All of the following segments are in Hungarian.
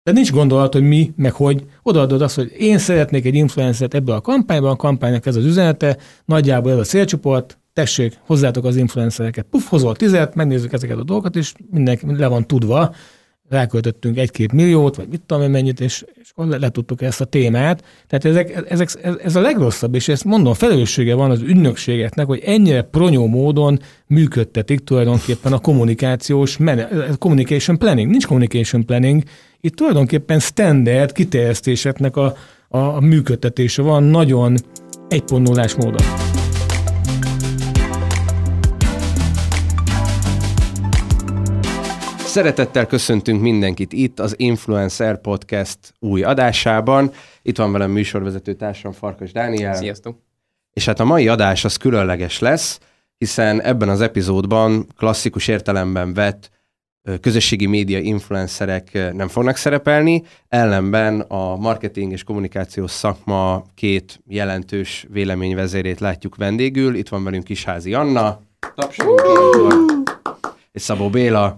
De nincs gondolat, hogy mi, meg hogy odaadod azt, hogy én szeretnék egy influencert ebbe a kampányban, a kampánynak ez az üzenete, nagyjából ez a célcsoport, tessék, hozzátok az influencereket. Puff, hozol 10, megnézzük ezeket a dolgokat, és mindenki le van tudva, ráköltöttünk 1-2 milliót, vagy mit tudom én mennyit, és letudtuk ezt a témát. Tehát ez a legrosszabb, és ezt mondom, felelőssége van az ügynökségeknek, hogy ennyire pronyó módon működtetik tulajdonképpen a communication planning. Nincs communication planning, itt tulajdonképpen standard kiterjesztéseknek a működtetése van nagyon 1.0-ás módon. Szeretettel köszöntünk mindenkit itt az Influencer Podcast új adásában. Itt van velem műsorvezető társam Farkas Dániel. Sziasztok! És hát a mai adás az különleges lesz, hiszen ebben az epizódban klasszikus értelemben vett közösségi média influencerek nem fognak szerepelni, ellenben a marketing és kommunikációs szakma két jelentős véleményvezérét látjuk vendégül. Itt van velünk Kisházi Anna, és Szabó Béla.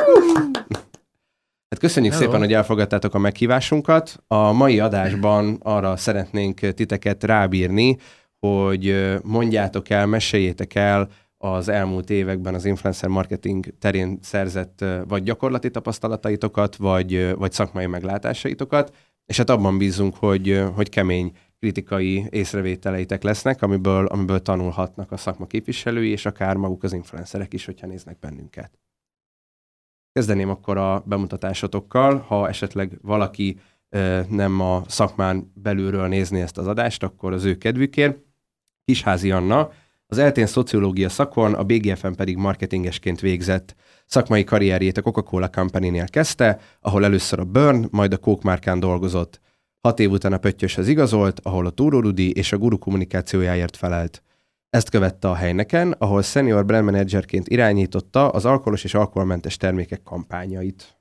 Hát köszönjük szépen, hogy elfogadtátok a meghívásunkat. A mai adásban arra szeretnénk titeket rábírni, hogy mondjátok el, meséljétek el az elmúlt években az influencer marketing terén szerzett vagy gyakorlati tapasztalataitokat, vagy szakmai meglátásaitokat, és hát abban bízunk, hogy kemény kritikai észrevételeitek lesznek, amiből tanulhatnak a szakma képviselői, és akár maguk az influencerek is, hogyha néznek bennünket. Kezdeném akkor a bemutatásotokkal, ha esetleg valaki nem a szakmán belülről nézni ezt az adást, akkor az ő kedvükért. Kisházi Anna az ELTÉN szociológia szakon, a BGF-en pedig marketingesként végzett. Szakmai karrierjét a Coca-Cola Company-nél kezdte, ahol először a Burn, majd a Coke márkán dolgozott. 6 év után a Pöttyöshöz igazolt, ahol a Túró Rudi és a Guru kommunikációjáért felelt. Ezt követte a Heineken, ahol senior brand managerként irányította az alkoholos és alkoholmentes termékek kampányait.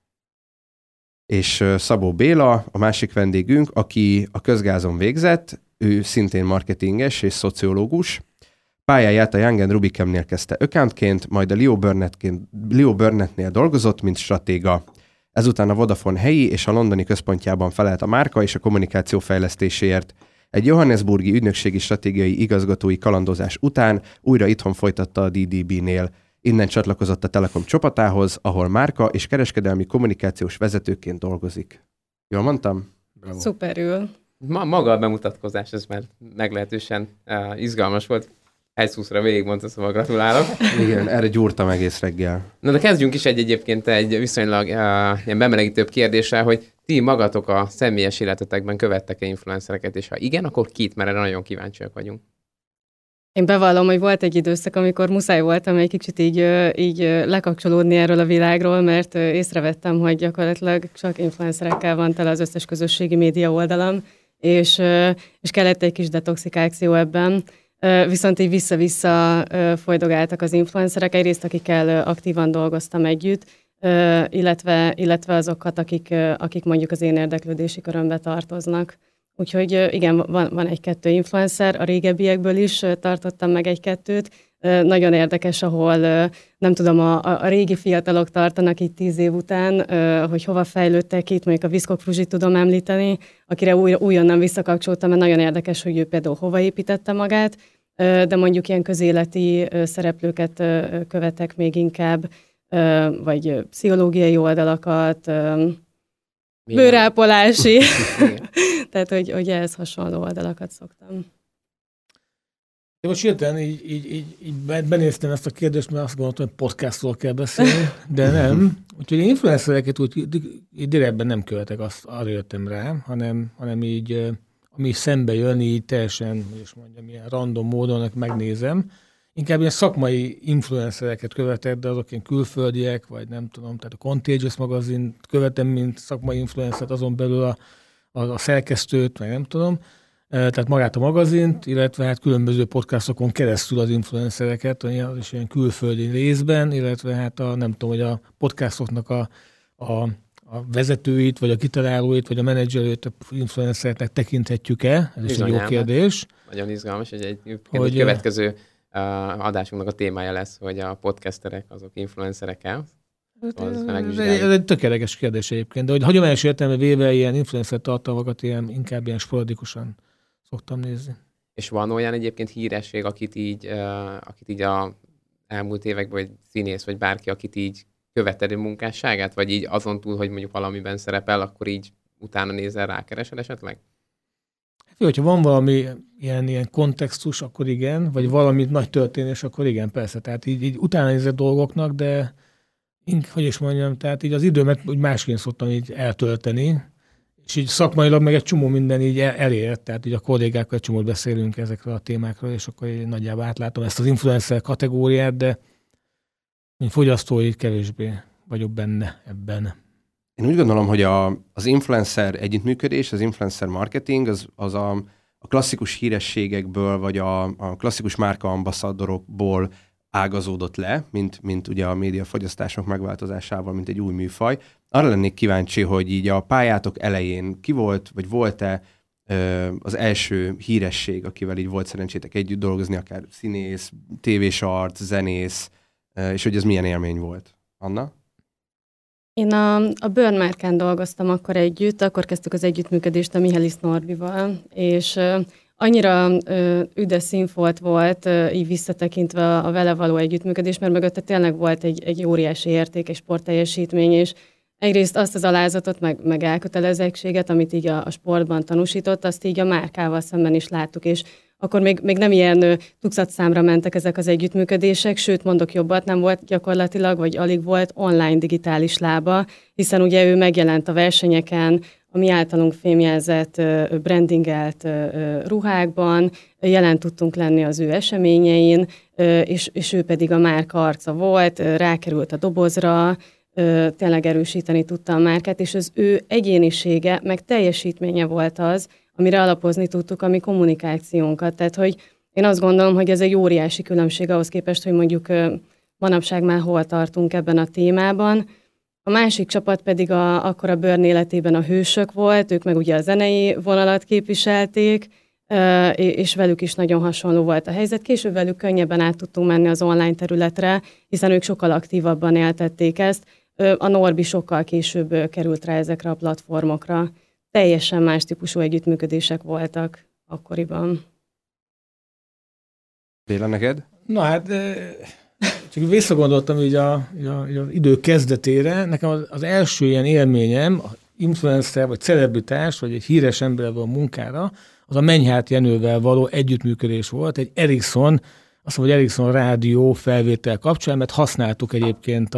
És Szabó Béla, a másik vendégünk, aki a Közgázon végzett, ő szintén marketinges és szociológus. Pályáját a Young & Rubicam-nél kezdte accountként, majd a Leo Burnetnél dolgozott, mint stratéga. Ezután a Vodafone helyi és a londoni központjában felelt a márka és a kommunikáció fejlesztéséért. Egy johannesburgi ügynökségi stratégiai igazgatói kalandozás után újra itthon folytatta a DDB-nél. Innen csatlakozott a Telekom csapatához, ahol márka és kereskedelmi kommunikációs vezetőként dolgozik. Jól mondtam? Bravo. Szuperül. Maga a bemutatkozás, ez már meglehetősen izgalmas volt. 1-20-ra végigmondta, szóval gratulálok. Igen, erre gyúrtam egész reggel. Na de kezdjünk is egyébként egy viszonylag ilyen bemelegítőbb kérdéssel, hogy ti magatok a személyes életetekben követtek-e influencereket, és ha igen, akkor kit, mert erre nagyon kíváncsiak vagyunk. Én bevallom, hogy volt egy időszak, amikor muszáj voltam egy kicsit így lekapcsolódni erről a világról, mert észrevettem, hogy gyakorlatilag csak influencerekkel van tele az összes közösségi média oldalam, és kellett egy kis detoxikáció ebben. Viszont így vissza-vissza folydogáltak az influencerek, egyrészt akikkel aktívan dolgoztam együtt, illetve azokat, akik mondjuk az én érdeklődési körömbe tartoznak. Úgyhogy igen, van 1-2 influencer, a régebbiekből is tartottam meg 1-2-t. Nagyon érdekes, ahol nem tudom, a régi fiatalok tartanak itt 10 év után, hogy hova fejlődtek itt, mondjuk a Viszkok Fruzsit tudom említeni, akire újonnan visszakapcsoltam, mert nagyon érdekes, hogy ő például hova építette magát, de mondjuk ilyen közéleti szereplőket követek még inkább, vagy pszichológiai oldalakat, bőrápolási, tehát hogy ehhez hasonló oldalakat szoktam. Én most hirtelen így benéztem ezt a kérdést, mert azt gondoltam, hogy podcastról kell beszélni, de nem. Úgyhogy én influencereket úgy direktben nem követek, arra jöttem rá, hanem így, ami szembe jön, így teljesen, hogy is mondjam, ilyen random módon megnézem. Inkább ilyen szakmai influencereket követek, de azok ilyen külföldiek, vagy nem tudom, tehát a Contagious magazin követem, mint szakmai influencert, azon belül a szerkesztőt, meg nem tudom. Tehát magát a magazint, illetve hát különböző podcastokon keresztül az influencereket, és ilyen külföldi részben, illetve hát nem tudom, hogy a podcastoknak a vezetőit, vagy a kitalálóit, vagy a menedzserőt a influencernek tekinthetjük-e? Ez is egy jó kérdés. Nagyon izgalmas, hogy egy következő adásunknak a témája lesz, hogy a podcasterek azok influencerek-e. Ez egy tökéletes kérdés egyébként, de hogy hagyományos értelemben véve ilyen influencer tartalmakat inkább ilyen sporadikusan szoktam nézni. És van olyan egyébként híresség, akit így a elmúlt években, vagy színész, vagy bárki, akit így követed a munkásságát, vagy így azon túl, hogy mondjuk valamiben szerepel, akkor így utána nézel, rákeresel esetleg? Hogyha van valami ilyen kontextus, akkor igen, vagy valami nagy történés, akkor igen, persze. Tehát így utána nézett dolgoknak, de hogy is mondjam, tehát így az időmet úgy másként szoktam így eltölteni, és így szakmailag meg egy csomó minden így elért, tehát így a kollégákkal egy csomót beszélünk ezekről a témákról, és akkor én nagyjából átlátom ezt az influencer kategóriát, de mint fogyasztói kevésbé vagyok benne ebben. Én úgy gondolom, hogy az influencer együttműködés, az influencer marketing, az a klasszikus hírességekből, vagy a klasszikus márka ambasszadorokból ágazódott le, mint ugye a médiafogyasztások megváltozásával, mint egy új műfaj. Arra lennék kíváncsi, hogy így a pályátok elején ki volt, vagy volt-e az első híresség, akivel így volt szerencsétek együtt dolgozni, akár színész, tévés arc, zenész, és hogy ez milyen élmény volt? Anna? Én a Burn márkán dolgoztam akkor együtt, akkor kezdtük az együttműködést a Mihály Norbival, és annyira üdes színfolt volt, így visszatekintve a vele való együttműködés, mert mögötte tényleg volt egy óriási érték, egy sportteljesítmény, és egyrészt azt az alázatot, meg elkötelezettséget, amit így a sportban tanúsított, azt így a márkával szemben is láttuk, és akkor még nem ilyen tucatszámra mentek ezek az együttműködések, sőt, mondok jobbat, nem volt gyakorlatilag, vagy alig volt online digitális lába, hiszen ugye ő megjelent a versenyeken, a mi általunk fémjelzett, brandingelt ruhákban, jelen tudtunk lenni az ő eseményein, és ő pedig a márka arca volt, rákerült a dobozra, tényleg erősíteni tudta a márkát, és az ő egyénisége, meg teljesítménye volt az, amire alapozni tudtuk a mi kommunikációnkat. Tehát, hogy én azt gondolom, hogy ez egy óriási különbség ahhoz képest, hogy mondjuk manapság már hol tartunk ebben a témában. A másik csapat pedig akkor a Burn életében a hősök volt, ők meg ugye a zenei vonalat képviselték, és velük is nagyon hasonló volt a helyzet. Később velük könnyebben át tudtunk menni az online területre, hiszen ők sokkal aktívabban éltették ezt. A Norbi sokkal később került rá ezekre a platformokra. Teljesen más típusú együttműködések voltak akkoriban. Béla, neked? Na hát, csak visszagondoltam így az idő kezdetére. Nekem az első ilyen élményem, influencer, vagy celebritás, vagy egy híres emberrel való munkára, az a Menyhárt Jenővel való együttműködés volt. Egy Ericsson, azt mondom, hogy Ericsson rádió felvétel kapcsán, mert használtuk egyébként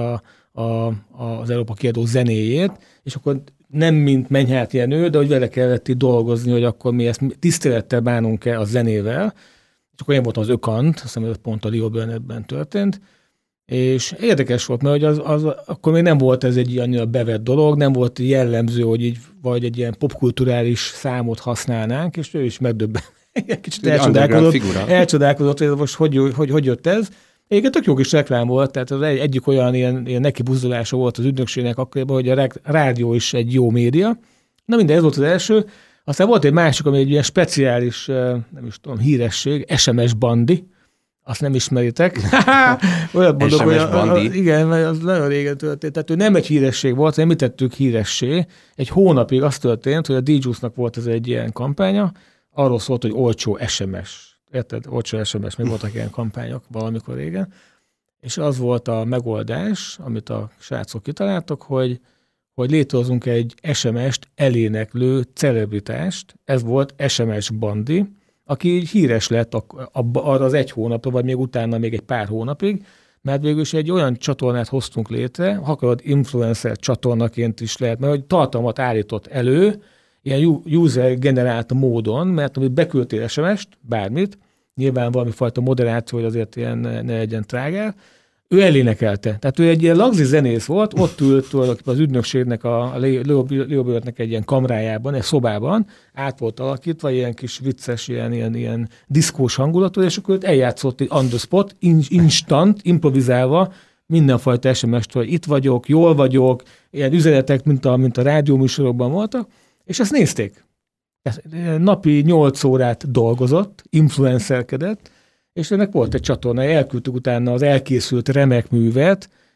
az Európa Kiadó zenéjét, és akkor nem mint Menyhárt Jenő, de hogy vele kellett itt dolgozni, hogy akkor mi ezt tisztelettel bánunk-e a zenével. És akkor én voltam az Ökant, azt hiszem, ez pont a Leo Burnett-ben történt. És érdekes volt, mert hogy akkor még nem volt ez egy annyira bevett dolog, nem volt jellemző, hogy így vagy egy ilyen popkulturális számot használnánk, és ő is megdöbben. Kicsit elcsodálkozott, hogy most hogy jött ez. Egyébként tök jó kis reklám volt, tehát az egyik olyan ilyen neki buzdulása volt az ügynökségnek akkoriban, hogy a rádió is egy jó média. Na minden, ez volt az első. Aztán volt egy másik, ami egy ilyen speciális, nem is tudom, híresség, SMS Bandi. Azt nem ismeritek. Olyat mondok, hogy igen, mert az nagyon régen történt. Tehát ő nem egy híresség volt, hanem mi tettük híressé. Egy hónapig az történt, hogy a DJ-nak volt ez egy ilyen kampánya, arról szólt, hogy olcsó SMS. Érted? Olcsó SMS, még voltak ilyen kampányok valamikor régen. És az volt a megoldás, amit a srácok kitaláltak, hogy létrehozunk egy SMS-t eléneklő celebritást. Ez volt SMS Bandi, aki híres lett arra az egy hónapra, vagy még utána még egy pár hónapig, mert végül is egy olyan csatornát hoztunk létre, ha akarod, influencer csatornaként is lehet, mert hogy tartalmat állított elő, ilyen user-generált módon, mert amit beküldtél SMS-t, bármit, nyilván valami fajta moderáció, hogy azért ilyen ne legyen trágár, ő elénekelte. Tehát ő egy ilyen lagzi zenész volt, ott ült tulajdonképpen az ügynökségnek, a Leo Burnett egy ilyen kamrájában, egy szobában, át volt alakítva, ilyen kis vicces, ilyen diszkós hangulatú, és akkor őt eljátszott egy on the spot, instant, improvizálva, mindenfajta SMS-t, hogy itt vagyok, jól vagyok, ilyen üzenetek, mint a rádióműsorokban voltak, és ezt nézték. Napi 8 órát dolgozott, influencerkedett, és ennek volt egy csatorna, elküldtük utána az elkészült remek művet,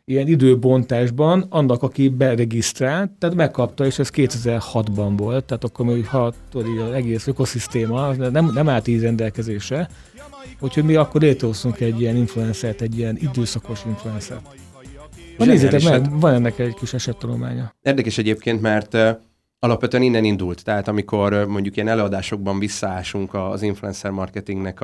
ilyen időbontásban annak, aki beregisztrált, tehát megkapta, és ez 2006-ban volt, tehát akkor még az egész ökoszisztéma nem állt így rendelkezésre, úgyhogy mi akkor létrehoztunk egy ilyen influencert, egy ilyen időszakos influencert. Nézzétek meg, van ennek egy kis esettanulmánya. Érdekes egyébként, mert alapvetően innen indult. Tehát amikor mondjuk ilyen előadásokban visszaásunk az influencer marketingnek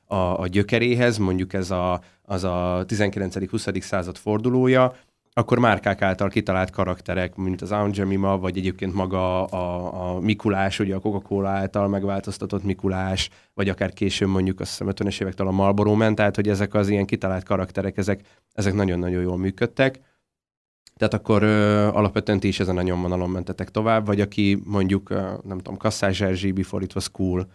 a gyökeréhez, mondjuk ez az a 19.-20. század fordulója, akkor márkák által kitalált karakterek, mint az Aunt Jemima, vagy egyébként maga a Mikulás, ugye a Coca-Cola által megváltoztatott Mikulás, vagy akár később mondjuk azt hiszem 50-es évektől a Marlboro Man, tehát hogy ezek az ilyen kitalált karakterek, ezek nagyon-nagyon jól működtek. Tehát akkor alapvetően ti is ezen a nyomvonalon mentetek tovább, vagy aki mondjuk, nem tudom, Kasszás Erzsi, Before It Was Cool,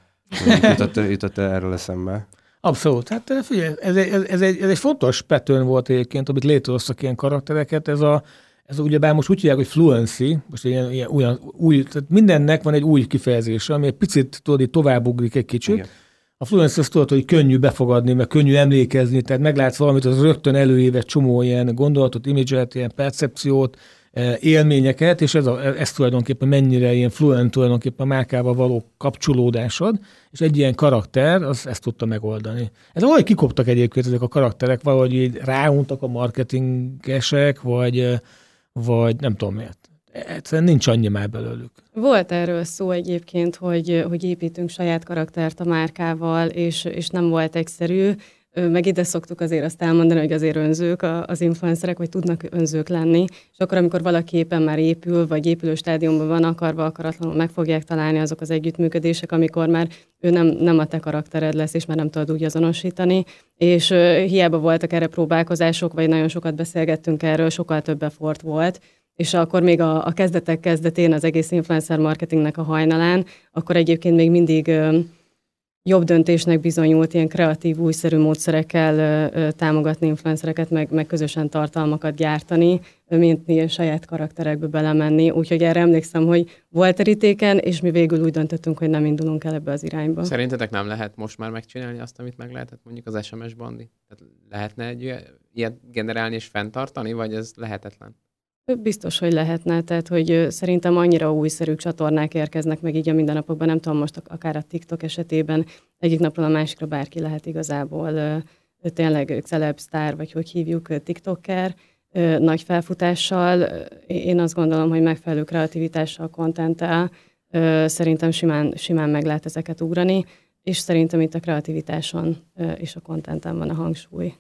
jutott erről eszembe. Abszolút. Hát figyelj, ez egy fontos pattern volt egyébként, amit létrehoztak ilyen karaktereket. Ez ugyebár most úgy hívják, hogy fluency, most ilyen új, tehát mindennek van egy új kifejezése, ami egy picit tudod, továbbugrik egy kicsit. Igen. A fluency azt tudod, hogy könnyű befogadni, meg könnyű emlékezni, tehát meglátsz valamit, az rögtön előév egy csomó ilyen gondolatot, imidzset, ilyen percepciót, élményeket, és ez tulajdonképpen mennyire ilyen fluent tulajdonképpen a márkával való kapcsolódásod, és egy ilyen karakter, ezt tudta megoldani. Ez valahogy kikoptak egyébként ezek a karakterek, valahogy így ráuntak a marketingesek, vagy nem tudom miért. Egyszerűen nincs annyi már belőlük. Volt erről szó egyébként, hogy építünk saját karaktert a márkával, és nem volt egyszerű. Meg ide szoktuk azért azt elmondani, hogy azért önzők az influencerek, vagy tudnak önzők lenni, és akkor, amikor valaki éppen már épül, vagy épülő stádiumban van, akaratlanul meg fogják találni azok az együttműködések, amikor már ő nem a te karaktered lesz, és már nem tudod úgy azonosítani, és hiába voltak erre próbálkozások, vagy nagyon sokat beszélgettünk erről, sokkal több effort volt, és akkor még a kezdetek kezdetén, az egész influencer marketingnek a hajnalán, akkor egyébként még mindig jobb döntésnek bizonyult ilyen kreatív, újszerű módszerekkel támogatni influencereket, meg közösen tartalmakat gyártani, mint ilyen saját karakterekbe belemenni. Úgyhogy erre emlékszem, hogy volt terítéken, és mi végül úgy döntöttünk, hogy nem indulunk el ebbe az irányba. Szerintetek nem lehet most már megcsinálni azt, amit meg lehetett mondjuk az SMS Bandi? Tehát lehetne egy ilyet generálni és fenntartani, vagy ez lehetetlen? Biztos, hogy lehetne, tehát hogy szerintem annyira újszerű csatornák érkeznek meg így a mindennapokban, nem tudom, most akár a TikTok esetében egyik napról a másikra bárki lehet igazából tényleg celeb sztár, vagy hogy hívjuk, tiktoker, nagy felfutással. Én azt gondolom, hogy megfelelő kreativitással, contenttel szerintem simán meg lehet ezeket ugrani, és szerintem itt a kreativitáson és a contenten van a hangsúly.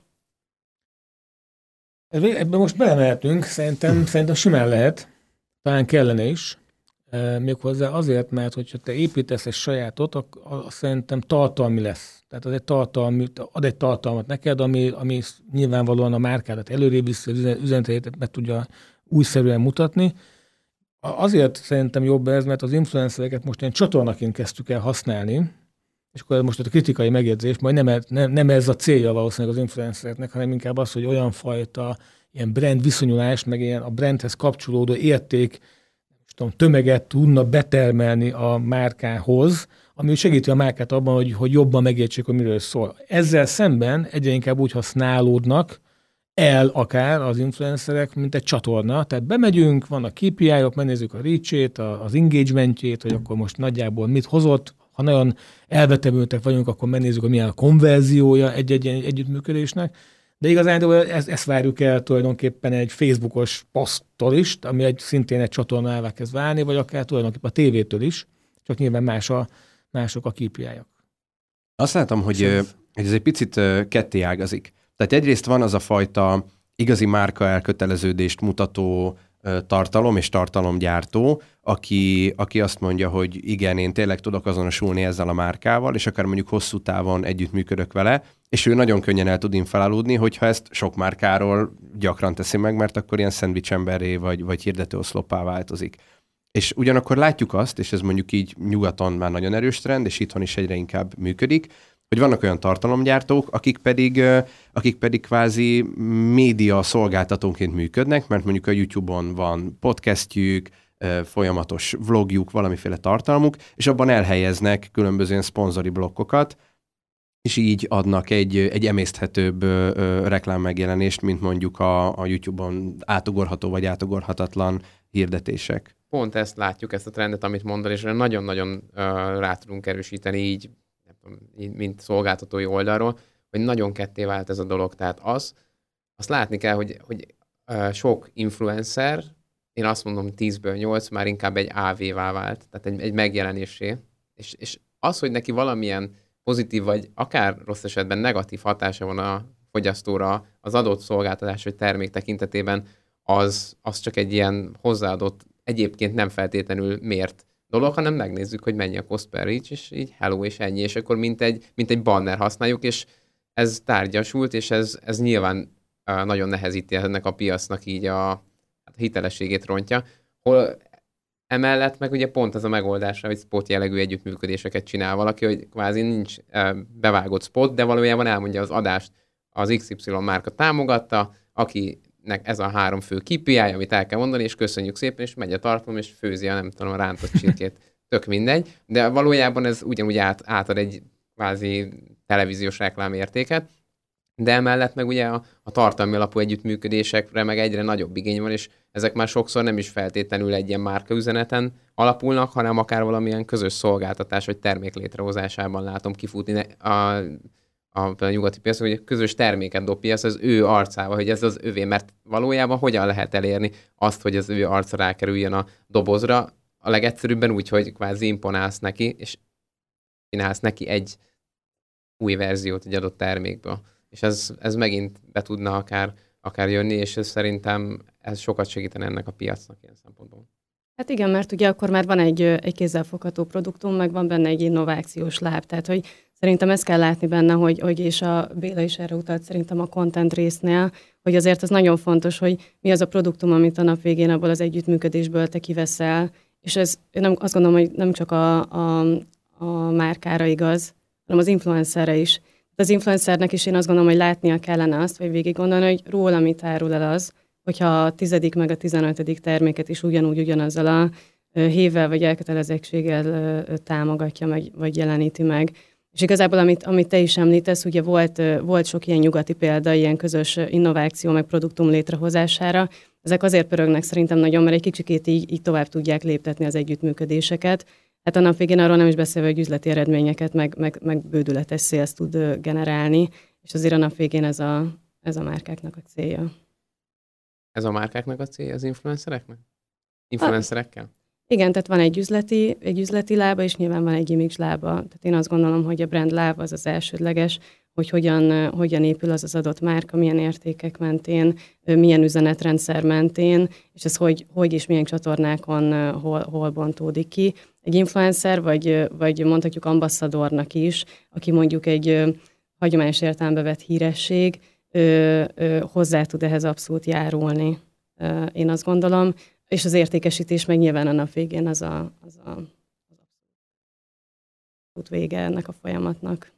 Ebben most belemehetünk, szerintem simán lehet, talán kellene is, méghozzá azért, mert hogyha te építesz egy sajátot, akkor szerintem tartalmi lesz. Tehát az ad egy tartalmat neked, ami nyilvánvalóan a márkádat előrébb viszi, az üzeneteit meg tudja újszerűen mutatni. Azért szerintem jobb ez, mert az influencereket most ilyen csatornaként kezdtük el használni, és akkor most a kritikai megjegyzés, majd nem ez a célja valószínűleg az influencereknek, hanem inkább az, hogy olyan fajta ilyen brand viszonyulás, meg ilyen a brandhez kapcsolódó érték, tömeget tudna betermelni a márkához, ami segíti a márkát abban, hogy jobban megértsék, hogy miről szól. Ezzel szemben egyre inkább úgy használódnak el akár az influencerek, mint egy csatorna. Tehát bemegyünk, vannak KPI-ok, megnézzük a reach-ét, az engagementjét, hogy akkor most nagyjából mit hozott. Ha nagyon elvetemültek vagyunk, akkor megnézzük, hogy milyen a konverziója egy együttműködésnek. De igazán ezt várjuk el tulajdonképpen egy Facebookos poszttól is, ami szintén egy csatornává kezd válni, vagy akár tulajdonképpen a tévétől is, csak nyilván mások a KPI-ok. Azt látom, hogy ez egy picit ketté ágazik. Tehát egyrészt van az a fajta igazi márka elköteleződést mutató tartalom és tartalomgyártó, aki azt mondja, hogy igen, én tényleg tudok azonosulni ezzel a márkával, és akár mondjuk hosszú távon együttműködök vele, és ő nagyon könnyen el tud inflálódni, hogyha ezt sok márkáról gyakran teszi meg, mert akkor ilyen szendvicsemberré vagy hirdetőoszloppá változik. És ugyanakkor látjuk azt, és ez mondjuk így nyugaton már nagyon erős trend, és itthon is egyre inkább működik, hogy vannak olyan tartalomgyártók, akik pedig kvázi média szolgáltatónként működnek, mert mondjuk a YouTube-on van podcastjük, folyamatos vlogjuk, valamiféle tartalmuk, és abban elhelyeznek különböző szponzori blokkokat, és így adnak egy emészthetőbb reklám megjelenést, mint mondjuk a YouTube-on átugorható vagy átugorhatatlan hirdetések. Pont ezt látjuk, ezt a trendet, amit mondod, és nagyon-nagyon rá tudunk erősíteni így, mint szolgáltatói oldalról, hogy nagyon ketté vált ez a dolog. Tehát azt látni kell, hogy sok influencer, én azt mondom 10-ből 8 már inkább egy AV-vá vált, tehát egy megjelenésé. És az, hogy neki valamilyen pozitív, vagy akár rossz esetben negatív hatása van a fogyasztóra az adott szolgáltatás vagy termék tekintetében, az csak egy ilyen hozzáadott, egyébként nem feltétlenül mért dolog, hanem megnézzük, hogy mennyi a cost per reach, és így hello, és ennyi, és akkor mint egy banner használjuk, és ez tárgyasult, és ez nyilván nagyon nehezíti ennek a piacnak így a hitelességét rontja, hol emellett meg ugye pont az a megoldásra, hogy spot jellegű együttműködéseket csinál valaki, hogy kvázi nincs bevágott spot, de valójában elmondja az adást, az XY márka támogatta, akinek ez a 3 fő KPI, amit el kell mondani, és köszönjük szépen, és megy a tartalom, és főzi a nem tudom, a rántott csirkét, tök mindegy, de valójában ez ugyanúgy átad egy kvázi televíziós reklámértéket, de emellett meg ugye a tartalmi alapú együttműködésekre meg egyre nagyobb igény van, és ezek már sokszor nem is feltétlenül egy ilyen márkaüzeneten alapulnak, hanem akár valamilyen közös szolgáltatás vagy termék létrehozásában látom kifutni a nyugati piacon, hogy közös terméket dob piac az ő arcával, hogy ez az övé, mert valójában hogyan lehet elérni azt, hogy az ő arca rákerüljön a dobozra, a legegyszerűbben úgy, hogy kvázi imponálsz neki, és csinálsz neki egy új verziót egy adott termékből. És ez megint be tudna akár jönni, és szerintem ez sokat segítene ennek a piacnak ilyen szempontból. Hát igen, mert ugye akkor már van egy kézzelfogható produktum, meg van benne egy innovációs láb, tehát hogy szerintem ezt kell látni benne, hogy és a Béla is erre utalt szerintem a content résznél, hogy azért az nagyon fontos, hogy mi az a produktum, amit a nap végén abból az együttműködésből te kiveszel, és ez azt gondolom, hogy nem csak a márkára igaz, hanem az influencerre is. Az influencernek is én azt gondolom, hogy látnia kellene azt, vagy végig gondolni, hogy róla mit árul el az, hogyha a 10. meg a 15. terméket is ugyanazzal a hévvel vagy elkötelezettséggel támogatja, vagy jeleníti meg. És igazából, amit te is említesz, ugye volt sok ilyen nyugati példa, ilyen közös innováció, meg produktum létrehozására. Ezek azért pörögnek szerintem nagyon, mert egy kicsikét így tovább tudják léptetni az együttműködéseket. Hát a nap végén arról nem is beszélve, hogy üzleti eredményeket, meg bődületes sales tud generálni, és azért a nap végén ez a márkáknak a célja. Ez a márkáknak a célja az influencereknek? Influencerekkel? Igen, tehát van egy üzleti lába, és nyilván van egy image lába. Tehát én azt gondolom, hogy a brand lába az elsődleges, hogy hogyan épül az adott márka, milyen értékek mentén, milyen üzenetrendszer mentén, és ez hogy és milyen csatornákon hol bontódik ki. Egy influencer, vagy mondhatjuk ambasszadornak is, aki mondjuk egy hagyományos értelembe vett híresség, hozzá tud ehhez abszolút járulni. Én azt gondolom, és az értékesítés meg nyilván a nap végén az abszolút vége ennek a folyamatnak.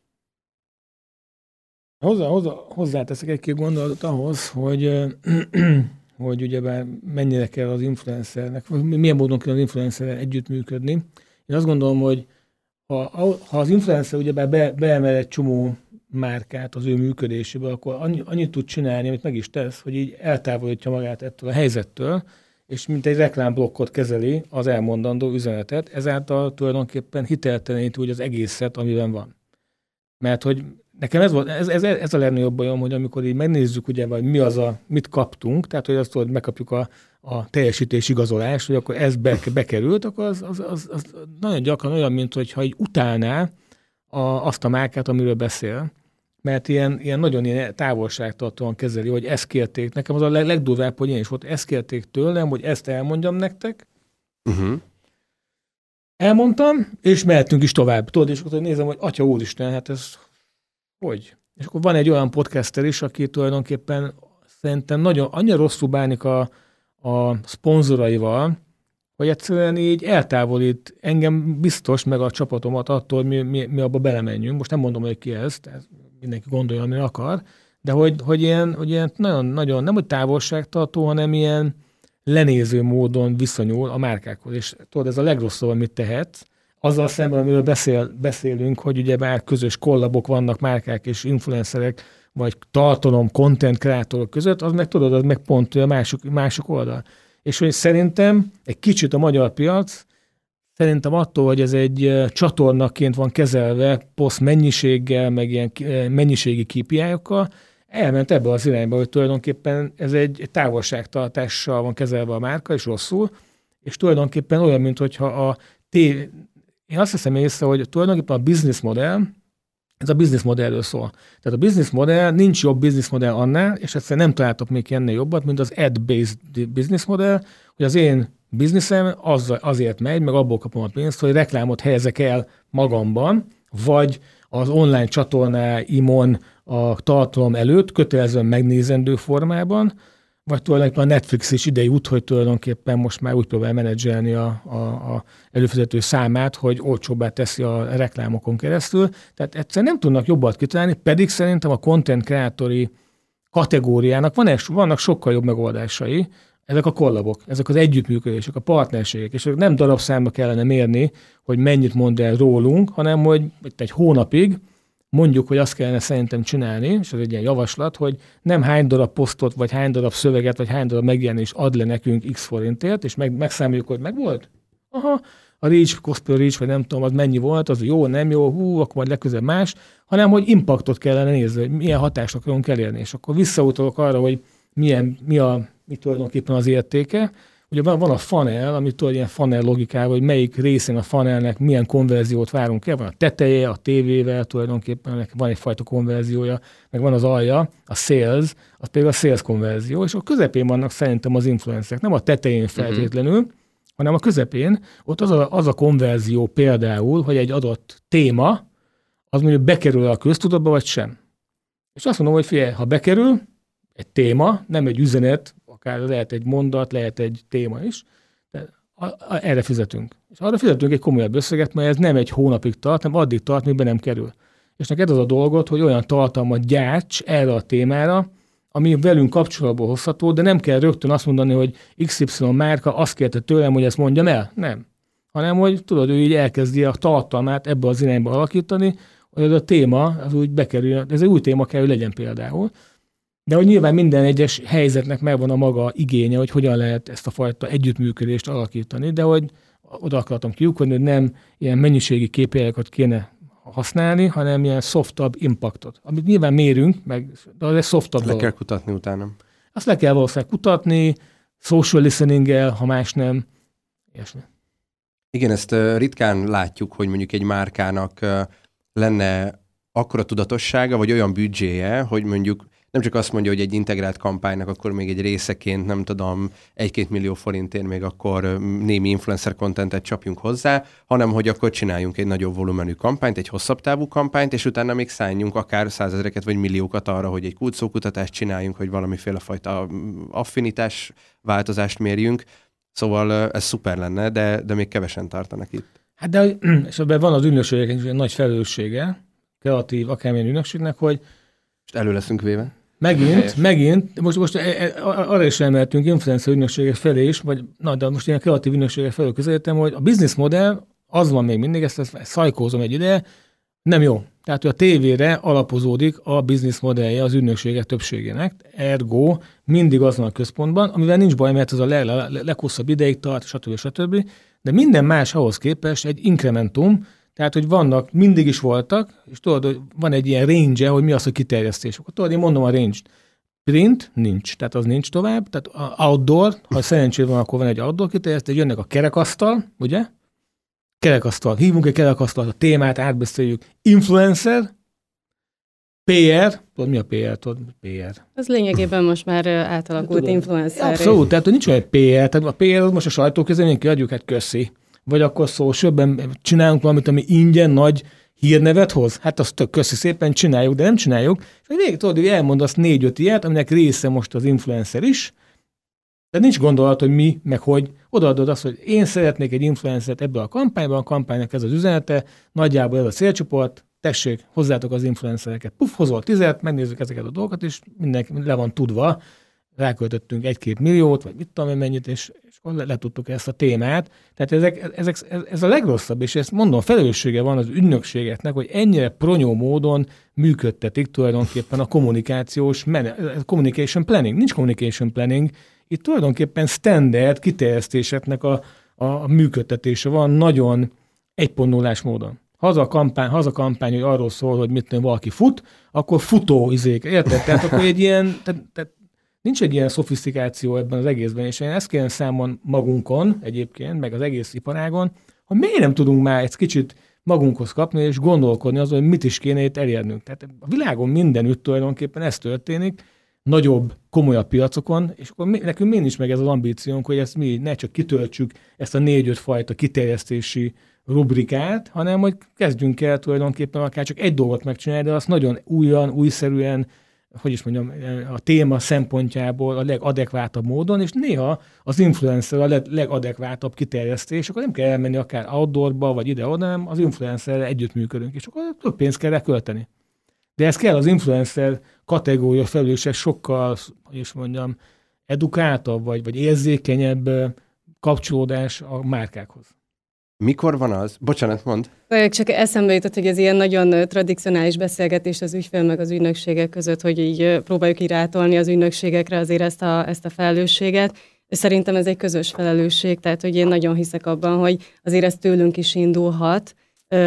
Hozzáteszek egy-két gondolatot ahhoz, hogy ugyebár mennyire kell az influencernek, milyen módon kell az influencerrel együttműködni. Én azt gondolom, hogy ha az influencer ugyebár beemel egy csomó márkát az ő működésébe, akkor annyit tud csinálni, amit meg is tesz, hogy így eltávolítja magát ettől a helyzettől, és mint egy reklámblokkot kezeli az elmondandó üzenetet, ezáltal tulajdonképpen hitelteleníti úgy az egészet, amiben van. Mert hogy nekem ez a legnagyobb bajom, hogy amikor így megnézzük, ugye, vagy mit kaptunk, tehát hogy azt, hogy megkapjuk a teljesítés igazolást, hogy akkor ez bekerült, akkor az nagyon gyakran olyan, mintha így utálná azt a márkát, amiről beszél. Mert ilyen nagyon ilyen távolságtartóan kezeli, hogy ezt kérték. Nekem az a legdurvább, hogy én is volt, ezt kérték tőlem, hogy ezt elmondjam nektek. Uh-huh. Elmondtam, és mehetünk is tovább. Tudod, és akkor nézem, hogy Atya Úristen, hát ez hogy? És akkor van egy olyan podcaster is, aki tulajdonképpen szerintem annyira rosszul bánik a szponzoraival, hogy egyszerűen így eltávolít engem biztos, meg a csapatomat attól, hogy mi abba belemenjünk. Most nem mondom, hogy ki ez, tehát mindenki gondolja, ami akar, de hogy ilyen nagyon, nem hogy távolságtartó, hanem ilyen lenéző módon viszonyul a márkákhoz. És tudod, ez a legrosszabb, amit tehetsz, azzal szemben, amiről beszélünk, hogy ugye bár közös kollabok vannak márkák és influencerek, vagy tartalom, content kreatorok között, az meg tudod, az meg pont a másik oldal. És hogy szerintem egy kicsit a magyar piac, szerintem attól, hogy ez egy csatornaként van kezelve, poszt mennyiséggel, meg ilyen mennyiségi KPI-okkal, elment ebbe az irányba, hogy tulajdonképpen ez egy távolságtartással van kezelve a márka, és rosszul, és tulajdonképpen olyan, mintha én azt hiszem észre, hogy tulajdonképpen a business modell, ez a business modellről szól. Tehát a business modell, nincs jobb business modell annál, és egyszerűen nem találtok még ennél jobbat, mint az ad-based business modell, hogy az én bizniszem azért megy, meg abból kapom a pénzt, hogy reklámot helyezek el magamban, vagy az online csatornáimon a tartalom előtt kötelezően megnézendő formában, vagy tulajdonképpen a Netflix is ide jut, hogy tulajdonképpen most már úgy próbál menedzselni a előfizető számát, hogy olcsóbbá teszi a reklámokon keresztül. Tehát egyszerűen nem tudnak jobbat kitalálni, pedig szerintem a content kreatori kategóriának vannak sokkal jobb megoldásai, ezek a kollabok, ezek az együttműködések, a partnerségek, és nem darabszámba kellene mérni, hogy mennyit mond el rólunk, hanem hogy egy hónapig mondjuk, hogy azt kellene szerintem csinálni, és ez egy ilyen javaslat, hogy nem hány darab posztot, vagy hány darab szöveget, vagy hány darab megjelenés ad le nekünk x forintért, és megszámoljuk, hogy meg volt. Aha, a reach, cost per reach, vagy nem tudom, az mennyi volt, az jó, nem jó, akkor majd legközelebb más, hanem hogy impaktot kellene nézni, hogy milyen hatást akarunk elérni, és akkor visszautalok arra, hogy mi tulajdonképpen az értéke. Ugye van a funnel, amit tudod, ilyen funnel logikával, hogy melyik részén a funnelnek milyen konverziót várunk el. Van a teteje, a tévével tulajdonképpen van egyfajta konverziója, meg van az alja, a sales, az például a sales konverzió, és a közepén vannak szerintem az influencerek. Nem a tetején feltétlenül, hanem a közepén, ott az a konverzió például, hogy egy adott téma, az mondjuk bekerül a köztudatba, vagy sem. És azt mondom, hogy figyelj, ha bekerül egy téma, nem egy üzenet, akár lehet egy mondat, lehet egy téma is, de erre fizetünk. És arra fizetünk egy komolyabb összeget, mert ez nem egy hónapig tart, hanem addig tart, míg be nem kerül. És neked az a dolgot, hogy olyan tartalmat gyárts erre a témára, ami velünk kapcsolatból hozható, de nem kell rögtön azt mondani, hogy XY márka azt kérte tőlem, hogy ezt mondjam el. Nem. Hanem, hogy tudod, ő így elkezdi a tartalmát ebbe az irányba alakítani, hogy ez a téma az úgy bekerül, ez egy új téma kell, hogy legyen például. De hogy nyilván minden egyes helyzetnek megvan a maga igénye, hogy hogyan lehet ezt a fajta együttműködést alakítani, de hogy oda akartam kiukadni, hogy nem ilyen mennyiségi KPI-eket kéne használni, hanem ilyen softabb impactot, amit nyilván mérünk, de az egy softabb dolog. Le kell kutatni utána. Azt le kell valószínűleg kutatni, social listening-el, ha más nem, ilyesmi. Igen, ezt ritkán látjuk, hogy mondjuk egy márkának lenne akkora tudatossága, vagy olyan büdzséje, hogy mondjuk nem csak azt mondja, hogy egy integrált kampánynak akkor még egy részeként, nem tudom, 1-2 millió forintért még akkor némi influencer contentet csapjunk hozzá, hanem hogy akkor csináljunk egy nagyobb volumenű kampányt, egy hosszabb távú kampányt, és utána még szálljunk akár 100 000 vagy milliókat arra, hogy egy kulcsszókutatást csináljunk, hogy valamiféle fajta affinitás változást mérjünk. Szóval ez szuper lenne, de még kevesen tartanak itt. Hát de, és ebben van az ügynökségeknek is egy nagy felelőssége, kreatív, akármilyen ügynökségnek, hogy most elő leszünk véve. Megint, most arra is emeltünk influencer ügynökségek felé is, de most ilyen kreatív ügynökségek felé közelítem, hogy a business modell az van még mindig, ezt szajkózom egy ideje, nem jó. Tehát, hogy a tévére alapozódik a business modellje az ügynökségek többségének, ergo mindig az van a központban, amivel nincs baj, mert ez a leghosszabb ideig tart, stb. De minden más ahhoz képest egy inkrementum, tehát, hogy mindig is voltak, és tudod, hogy van egy ilyen range-e, hogy mi az, hogy kiterjesztés. Akkor tudod, én mondom a range-t. Print nincs, tehát az nincs tovább. Tehát outdoor, ha szerencséd van, akkor van egy outdoor kiterjesztés, jönnek a kerekasztal, ugye? Kerekasztal. Hívunk egy kerekasztalt, a témát átbeszéljük. Influencer, PR, tudod, mi a PR? PR. Ez lényegében most már átalakult influencer. Abszolút, tehát nincs olyan PR. Tehát a PR az most a sajtóközleményen kiadjuk, hát köszi. Vagy akkor socialben csinálunk valamit, ami ingyen nagy hírnevet hoz? Hát azt tök köszi szépen csináljuk, de nem csináljuk. És végig tudod, hogy elmondasz 4-5 ilyet, aminek része most az influencer is, de nincs gondolat, hogy mi, meg hogy odaadod azt, hogy én szeretnék egy influencert ebbe a kampányban, a kampánynak ez az üzenete, nagyjából ez a célcsoport, tessék, hozzátok az influencereket. Hozol 10, megnézzük ezeket a dolgokat, és mindenki le van tudva, ráköltöttünk 1-2 milliót, vagy mit tudom én mennyit, és akkor letudtuk ezt a témát. Tehát ez a legrosszabb, és ezt mondom, felelőssége van az ügynökségeknek, hogy ennyire pronyó módon működtetik tulajdonképpen a communication planning. Nincs communication planning, itt tulajdonképpen standard kiterjesztéseknek a működtetése van nagyon 1.0-ás módon. Ha az a kampány, hogy arról szól, hogy mit valaki fut, akkor futó izék, érted? Tehát akkor egy ilyen, tehát nincs egy ilyen szofisztikáció ebben az egészben, és én ezt kéne számon magunkon egyébként, meg az egész iparágon, hogy miért nem tudunk már egy kicsit magunkhoz kapni, és gondolkodni azon, hogy mit is kéne itt elérnünk. Tehát a világon mindenütt tulajdonképpen ez történik, nagyobb, komolyabb piacokon, és akkor nekünk nincs meg ez az ambíciónk, hogy ezt mi ne csak kitöltsük ezt a 4-5 fajta kiterjesztési rubrikát, hanem hogy kezdjünk el tulajdonképpen akár csak egy dolgot megcsinálni, de azt nagyon újszerűen, hogy is mondjam, a téma szempontjából a legadekvátabb módon, és néha az influencer a legadekvátabb kiterjesztés, akkor nem kell elmenni akár outdoorba, vagy ide-oda, hanem az influencerrel együttműködünk, és akkor több pénzt kell rá költeni. De ez kell az influencer kategória felelősek sokkal, hogy is mondjam, edukáltabb, vagy érzékenyebb kapcsolódás a márkákhoz. Mikor van az? Bocsánat, mondd. Csak eszembe jutott, hogy ez ilyen nagyon tradicionális beszélgetés az ügyfél meg az ügynökségek között, hogy így próbáljuk rátolni az ügynökségekre azért ezt a felelősséget. Szerintem ez egy közös felelősség, tehát hogy én nagyon hiszek abban, hogy azért ez tőlünk is indulhat,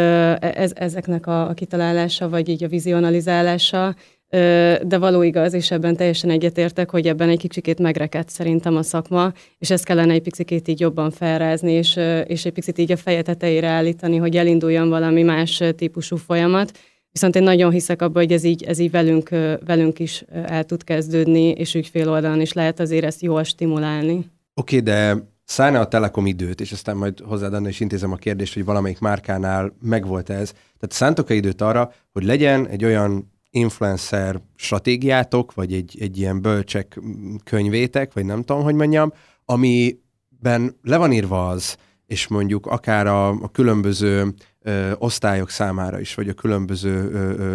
ezeknek a kitalálása, vagy így a vizionalizálása, de való igaz, és ebben teljesen egyetértek, hogy ebben egy kicsikét megrekedt szerintem a szakma, és ezt kellene egy picikét így jobban felrázni, és egy picit így a feje tetejére állítani, hogy elinduljon valami más típusú folyamat. Viszont én nagyon hiszek abban, hogy ez így velünk is el tud kezdődni, és ügyfél oldalon is lehet azért ezt jól stimulálni. Oké, de szállna a Telekom időt, és aztán majd hozzád Anna is intézem a kérdést, hogy valamelyik márkánál megvolt ez. Tehát szántok-e időt arra, hogy legyen egy olyan influencer stratégiátok, vagy egy ilyen bölcsek könyvétek, vagy nem tudom, hogy mondjam, amiben le van írva az, és mondjuk akár a különböző osztályok számára is, vagy a különböző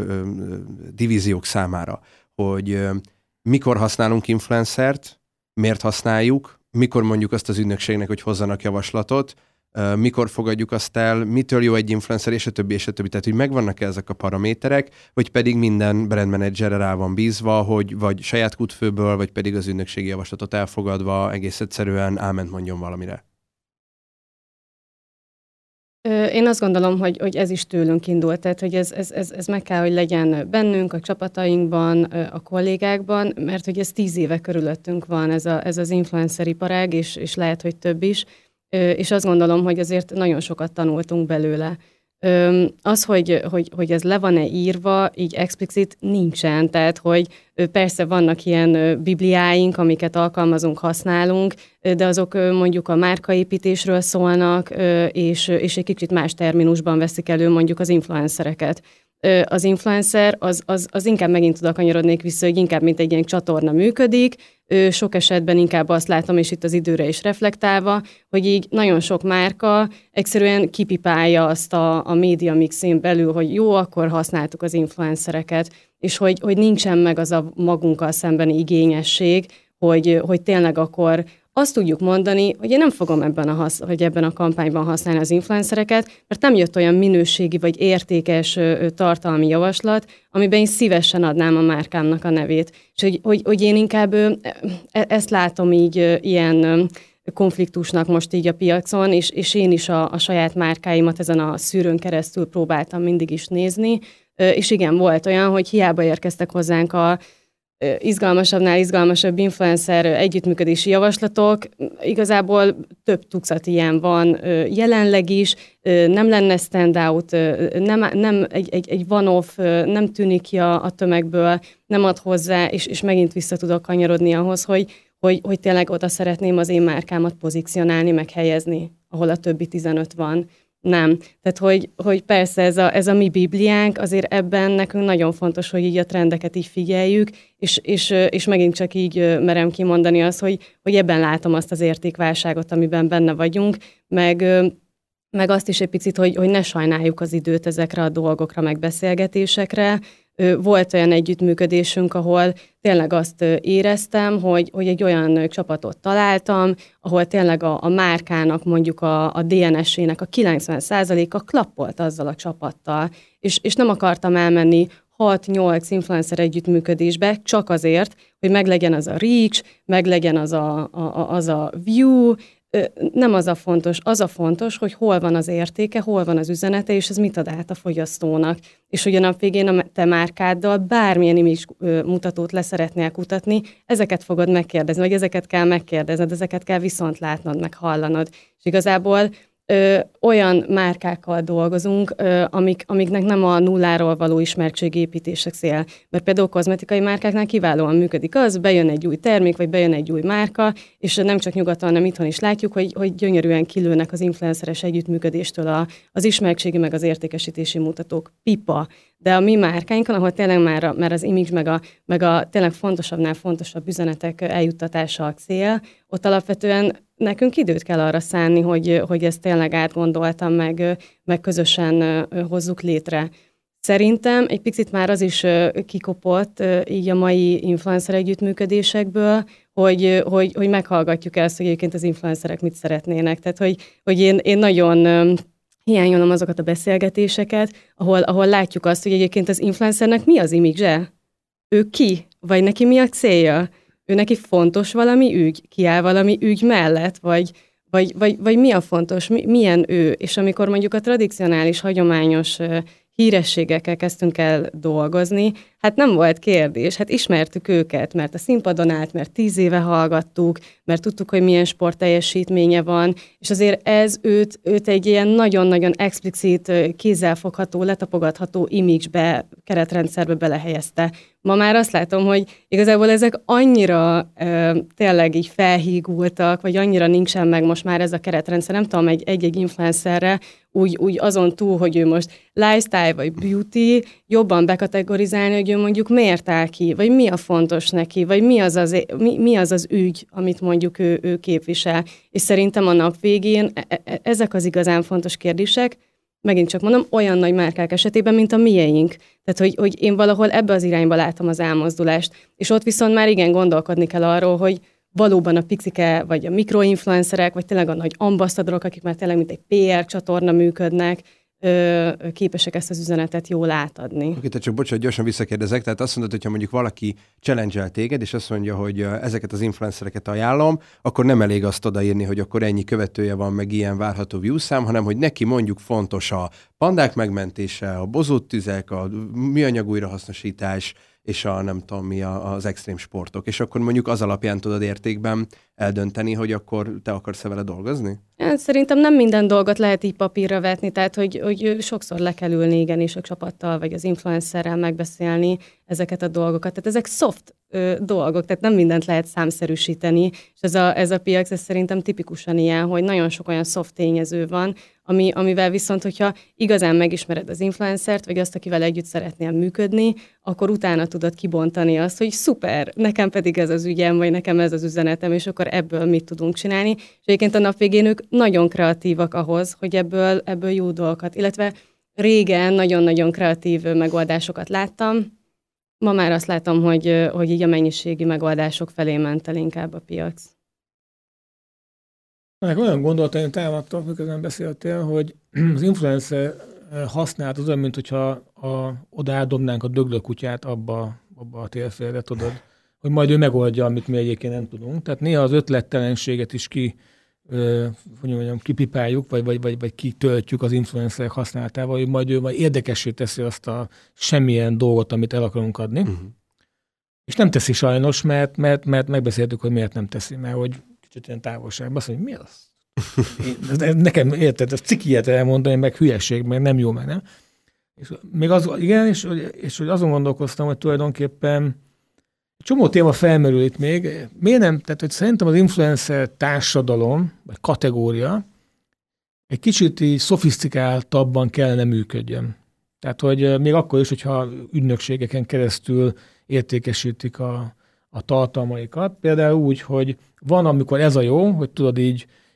divíziók számára, hogy mikor használunk influencert, miért használjuk, mikor mondjuk azt az ügynökségnek, hogy hozzanak javaslatot, mikor fogadjuk azt el, mitől jó egy influencer, és a többi, és a többi. Tehát, hogy megvannak-e ezek a paraméterek, vagy pedig minden brand managerre rá van bízva, hogy vagy saját kútfőből, vagy pedig az ügynökségi javaslatot elfogadva egész egyszerűen áment mondjon valamire. Én azt gondolom, hogy ez is tőlünk indult, tehát hogy ez meg kell, hogy legyen bennünk, a csapatainkban, a kollégákban, mert hogy ez 10 éve körülöttünk van ez az influencer iparág, és lehet, hogy több is, és azt gondolom, hogy azért nagyon sokat tanultunk belőle. Az, hogy ez le van-e írva, így explicit nincsen, tehát hogy persze vannak ilyen bibliáink, amiket alkalmazunk, használunk, de azok mondjuk a márkaépítésről szólnak, és egy kicsit más terminusban veszik elő mondjuk az influencereket. Az influencer az inkább megint oda kanyarodnék vissza, hogy inkább mint egy ilyen csatorna működik, sok esetben inkább azt látom, és itt az időre is reflektálva, hogy így nagyon sok márka egyszerűen kipipálja azt a média mixén belül, hogy jó, akkor használtuk az influencereket, és hogy nincsen meg az a magunkkal szembeni igényesség, hogy tényleg akkor azt tudjuk mondani, hogy én nem fogom ebben a kampányban használni az influencereket, mert nem jött olyan minőségi vagy értékes tartalmi javaslat, amiben én szívesen adnám a márkámnak a nevét. És hogy én inkább ezt látom így ilyen konfliktusnak most így a piacon, és én is a saját márkáimat ezen a szűrőn keresztül próbáltam mindig is nézni, és igen, volt olyan, hogy hiába érkeztek hozzánk a izgalmasabbnál izgalmasabb influencer együttműködési javaslatok, igazából több tucat ilyen van jelenleg is, nem lenne standout, nem egy one-off, nem tűnik ki a tömegből, nem ad hozzá, és megint vissza tudok kanyarodni ahhoz, hogy tényleg oda szeretném az én márkámat pozícionálni, meg helyezni, ahol a többi 15 van. Nem. Tehát, hogy persze ez a mi bibliánk, azért ebben nekünk nagyon fontos, hogy így a trendeket így figyeljük, és megint csak így merem kimondani azt, hogy ebben látom azt az értékválságot, amiben benne vagyunk, meg azt is egy picit, hogy ne sajnáljuk az időt ezekre a dolgokra, meg beszélgetésekre, Volt olyan együttműködésünk, ahol tényleg azt éreztem, hogy egy olyan csapatot találtam, ahol tényleg a márkának, mondjuk a DNS-ének a 90%-a klappolt azzal a csapattal, és nem akartam elmenni 6-8 influencer együttműködésbe, csak azért, hogy meglegyen az a reach, meglegyen az a view, nem az a fontos, hogy hol van az értéke, hol van az üzenete, és ez mit ad át a fogyasztónak. És hogy a nap végén a te márkáddal bármilyen image mutatót le szeretnél kutatni, ezeket fogod megkérdezni, vagy ezeket kell megkérdezned, ezeket kell viszont látnod, meg hallanod. És igazából olyan márkákkal dolgozunk, amiknek nem a nulláról való ismertségépítés a cél. Mert például kozmetikai márkáknál kiválóan működik az, bejön egy új termék, vagy bejön egy új márka, és nem csak nyugaton, hanem itthon is látjuk, hogy gyönyörűen kilőnek az influenceres együttműködéstől az ismertségi, meg az értékesítési mutatók. Pipa. De a mi márkáinkon, ahol tényleg már az image, meg a tényleg fontosabbnál fontosabb üzenetek eljuttatása a cél, ott alapvetően nekünk időt kell arra szánni, hogy ezt tényleg átgondoltam, meg közösen hozzuk létre. Szerintem egy picit már az is kikopott így a mai influencer együttműködésekből, hogy meghallgatjuk ezt, hogy egyébként az influencerek mit szeretnének. Tehát, hogy én nagyon hiányolom azokat a beszélgetéseket, ahol látjuk azt, hogy egyébként az influencernek mi az image-e? Ő ki? Vagy neki mi a célja? Ő neki fontos valami ügy? Kiáll valami ügy mellett? Vagy mi a fontos? Milyen ő? És amikor mondjuk a tradicionális, hagyományos hírességekkel kezdtünk el dolgozni, hát nem volt kérdés, hát ismertük őket, mert a színpadon állt, mert 10 éve hallgattuk, mert tudtuk, hogy milyen sportteljesítménye van, és azért ez őt egy ilyen nagyon-nagyon explicit, kézzelfogható, letapogatható image-be, keretrendszerbe belehelyezte. Ma már azt látom, hogy igazából ezek annyira tényleg így felhígultak, vagy annyira nincsen meg most már ez a keretrendszer, nem tudom, egy-egy influencerre úgy azon túl, hogy ő most lifestyle vagy beauty, jobban bekategorizálni, hogy ő mondjuk miért áll ki, vagy mi a fontos neki, vagy mi az az ügy, amit mondjuk ő képvisel. És szerintem a nap végén ezek az igazán fontos kérdések, megint csak mondom, olyan nagy márkák esetében, mint a mieink. Tehát, hogy én valahol ebbe az irányba látom az elmozdulást. És ott viszont már igen gondolkodni kell arról, hogy valóban a pixike, vagy a mikroinfluencerek, vagy tényleg a nagy ambasszadorok, akik már tényleg mint egy PR csatorna működnek, képesek ezt az üzenetet jól átadni. Oké, tehát csak bocsánat, gyorsan visszakérdezek. Tehát azt mondod, hogyha mondjuk valaki challenge-el téged, és azt mondja, hogy ezeket az influencereket ajánlom, akkor nem elég azt odaírni, hogy akkor ennyi követője van, meg ilyen várható viewszám, hanem hogy neki mondjuk fontos a pandák megmentése, a bozót tüzek, a műanyag újrahasznosítás, és nem tudom mi az extrém sportok. És akkor mondjuk az alapján tudod értékben eldönteni, hogy akkor te akarsz vele dolgozni? Szerintem nem minden dolgot lehet így papírra vetni, tehát hogy sokszor le kell ülni igenis a csapattal, vagy az influencerrel megbeszélni ezeket a dolgokat. Tehát ezek soft dolgok, tehát nem mindent lehet számszerűsíteni, és ez a piac ez szerintem tipikusan ilyen, hogy nagyon sok olyan soft tényező van, amivel viszont, hogyha igazán megismered az influencert, vagy azt, akivel együtt szeretnél működni, akkor utána tudod kibontani azt, hogy szuper, nekem pedig ez az ügyem, vagy nekem ez az üzenetem, és akkor ebből mit tudunk csinálni. És egyébként a nap végén ők nagyon kreatívak ahhoz, hogy ebből jó dolgokat, illetve régen nagyon-nagyon kreatív megoldásokat láttam, ma már azt látom, hogy így a mennyiségi megoldások felé ment el inkább a piac. Nekem olyan gondolataim támadtak, miközben beszéltél, hogy az influencer használat az olyan, mint hogyha odaádobnánk a döglőkutyát abba a térfélre, tudod, hogy majd ő megoldja, amit mi egyébként nem tudunk. Tehát néha az ötlettelenséget is kipipáljuk, vagy kitöltjük az influencerek használatával, hogy majd ő érdekessé teszi azt a semmilyen dolgot, amit el akarunk adni. Uh-huh. És nem teszi sajnos, mert megbeszéltük, hogy miért nem teszi, mert hogy kicsit ilyen távolságban azt mondja, mi az? Nekem érted, ez ciki ilyet elmondani, meg hülyeség, meg nem jó, meg nem. És még az, igen, és hogy azon gondolkoztam, hogy tulajdonképpen csomó téma felmerül itt még. Miért nem? Tehát, hogy szerintem az influencer társadalom, vagy kategória egy kicsit így szofisztikáltabban kellene működjön. Tehát, hogy még akkor is, hogyha ügynökségeken keresztül értékesítik a tartalmaikat. Például úgy, hogy van, amikor ez a jó, hogy tudod így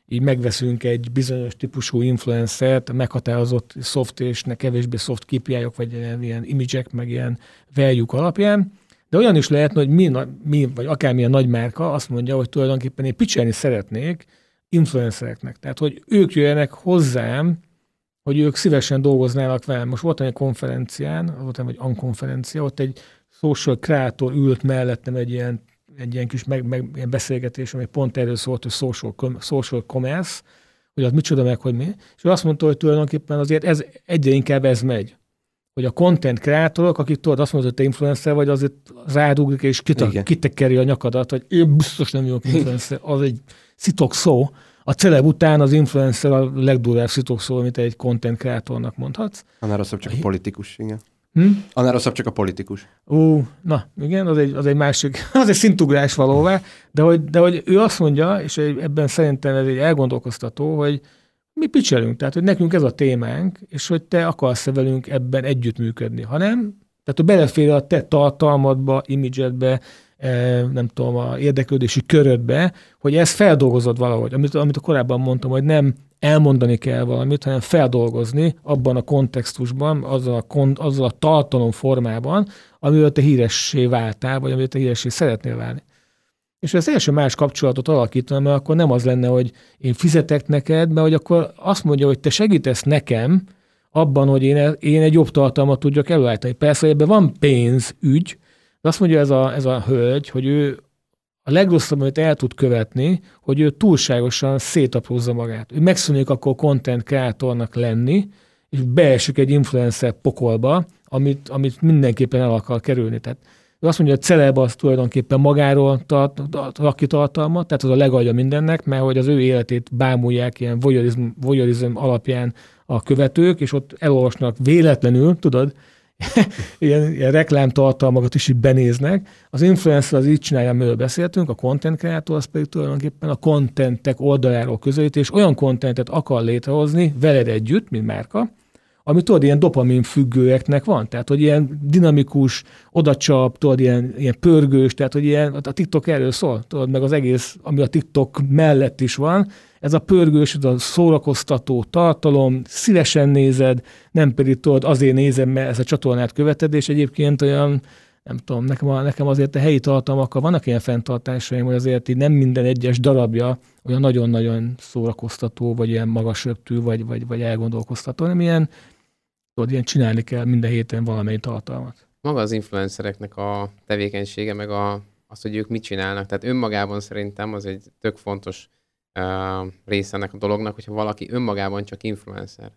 így megveszünk egy bizonyos típusú influencert, meghatározott soft és kevésbé soft KPI-ok, vagy ilyen image-ek, meg ilyen value-k alapján. De olyan is lehetne, hogy mi vagy akármilyen nagy márka azt mondja, hogy tulajdonképpen én pitchelni szeretnék influencereknek. Tehát, hogy ők jöjjenek hozzám, hogy ők szívesen dolgoznának velem. Most voltam egy konferencián, voltam egy ankonferencia, ott egy social creator ült mellettem egy ilyen kis ilyen beszélgetés, ami pont erről szólt, hogy social commerce, hogy az micsoda meg, hogy mi. És ő azt mondta, hogy tulajdonképpen azért egyre inkább ez megy. Hogy a content kreatorok, akik tudod, azt mondod, hogy te influencer vagy, azért rádugrik és kitekeri a nyakadat, hogy én biztos nem vagyok influencer. Az egy szitok szó. A celeb után az influencer a legdurvább szitok szó, amit egy content kreatornak mondhatsz. Annál rosszabb csak a politikus, igen. Annál rosszabb csak a politikus. Na, igen, az egy másik, az egy szintugrás valóvá, de hogy ő azt mondja, és ebben szerintem ez egy elgondolkoztató, hogy mi pitchelünk, tehát hogy nekünk ez a témánk, és hogy te akarsz velünk ebben együttműködni. Ha nem, tehát hogy belefér a te tartalmadba, imidzsedbe, nem tudom, a érdeklődési körödbe, hogy ezt feldolgozod valahogy, amit korábban mondtam, hogy nem elmondani kell valamit, hanem feldolgozni abban a kontextusban, azzal a tartalom formában, amivel te híressé váltál, vagy amivel te híressé szeretnél válni. És ez teljesen más kapcsolatot alakítani, mert akkor nem az lenne, hogy én fizetek neked, mert hogy akkor azt mondja, hogy te segítesz nekem abban, hogy én egy jobb tartalmat tudjak előállítani. Persze, ebben van pénzügy, de azt mondja ez a hölgy, hogy ő a legrosszabb, amit el tud követni, hogy ő túlságosan szétaprózza magát. Ő megszűnik akkor content kreatornak lenni, és beesik egy influencer pokolba, amit mindenképpen el akar kerülni. Tehát ő azt mondja, hogy a celeb az tulajdonképpen magáról rak tartalmat, tehát az a legalja mindennek, mert hogy az ő életét bámulják ilyen voyeurizm alapján a követők, és ott elolvasnak véletlenül, tudod, ilyen reklámtartalmakat is így benéznek. Az influencer az így csinálja, amiről beszéltünk, a content creator az pedig tulajdonképpen a contentek oldaláról közelít, és olyan contentet akar létrehozni veled együtt, mint márka, ami tudod, ilyen dopamin függőeknek van, tehát hogy ilyen dinamikus, odacsap, tudod, ilyen pörgős, tehát hogy ilyen, a TikTok erről szól, tudod, meg az egész, ami a TikTok mellett is van, ez a pörgős, ez a szórakoztató tartalom, szívesen nézed, nem pedig tudod, azért nézem, mert ezt a csatornát követed, és egyébként olyan, nem tudom, nekem azért a helyi tartalmakkal vannak ilyen fenntartásaim, hogy azért így nem minden egyes darabja olyan nagyon-nagyon szórakoztató, vagy ilyen magas röptű, vagy elgondolkoztató, hanem ilyen csinálni kell minden héten valamelyik tartalmat. Maga az influencereknek a tevékenysége, meg az, hogy ők mit csinálnak. Tehát önmagában szerintem az egy tök fontos része ennek a dolognak, hogyha valaki önmagában csak influencer,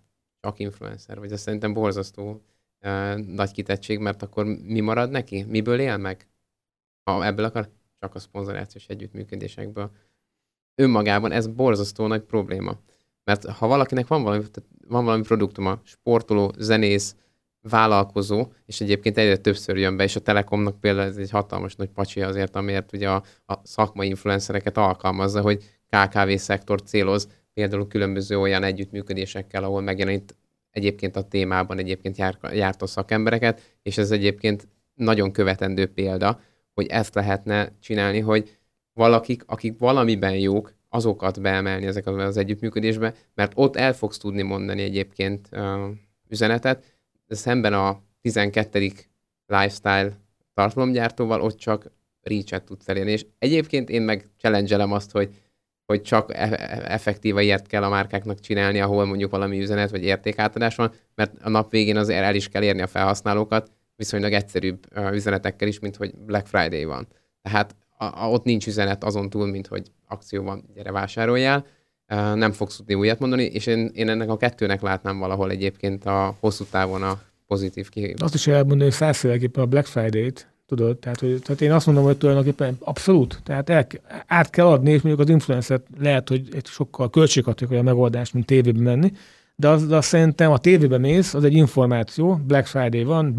vagy ez szerintem borzasztó nagy kitettség, mert akkor mi marad neki? Miből él meg? Ha ebből akar? Csak a szponzorációs együttműködésekből. Önmagában ez borzasztó nagy probléma. Mert ha valakinek van valami produktuma, sportoló, zenész, vállalkozó, és egyébként egyre többször jön be, és a Telekomnak például ez egy hatalmas nagy pacsi azért, amiért ugye a szakmai influencereket alkalmazza, hogy KKV szektort céloz, például különböző olyan együttműködésekkel, ahol megjelenít egyébként a témában egyébként jártó szakembereket, és ez egyébként nagyon követendő példa, hogy ezt lehetne csinálni, hogy valakik, akik valamiben jók, azokat beemelni ezeket az együttműködésbe, mert ott el fogsz tudni mondani egyébként üzenetet, de szemben a 12. lifestyle tartalomgyártóval ott csak reach-et tudsz elérni. És egyébként én meg challenge-elem azt, hogy csak effektíve ilyet kell a márkáknak csinálni, ahol mondjuk valami üzenet vagy értékátadás van, mert a nap végén azért el is kell érni a felhasználókat viszonylag egyszerűbb üzenetekkel is, mint hogy Black Friday van. Tehát ott nincs üzenet azon túl, mint hogy akció van, gyere vásároljál, nem fogsz tudni újat mondani, és én ennek a kettőnek látnám valahol egyébként a hosszú távon a pozitív kihívás. Azt is elmondani, hogy 100%-éppen a Black Friday-t, tudod, tehát én azt mondom, hogy tulajdonképpen abszolút, tehát át kell adni, és mondjuk az influencer lehet, hogy egy sokkal költséghatékonyabb megoldás, mint tévében menni, de azt szerintem a tévébe mész, az egy információ, Black Friday van,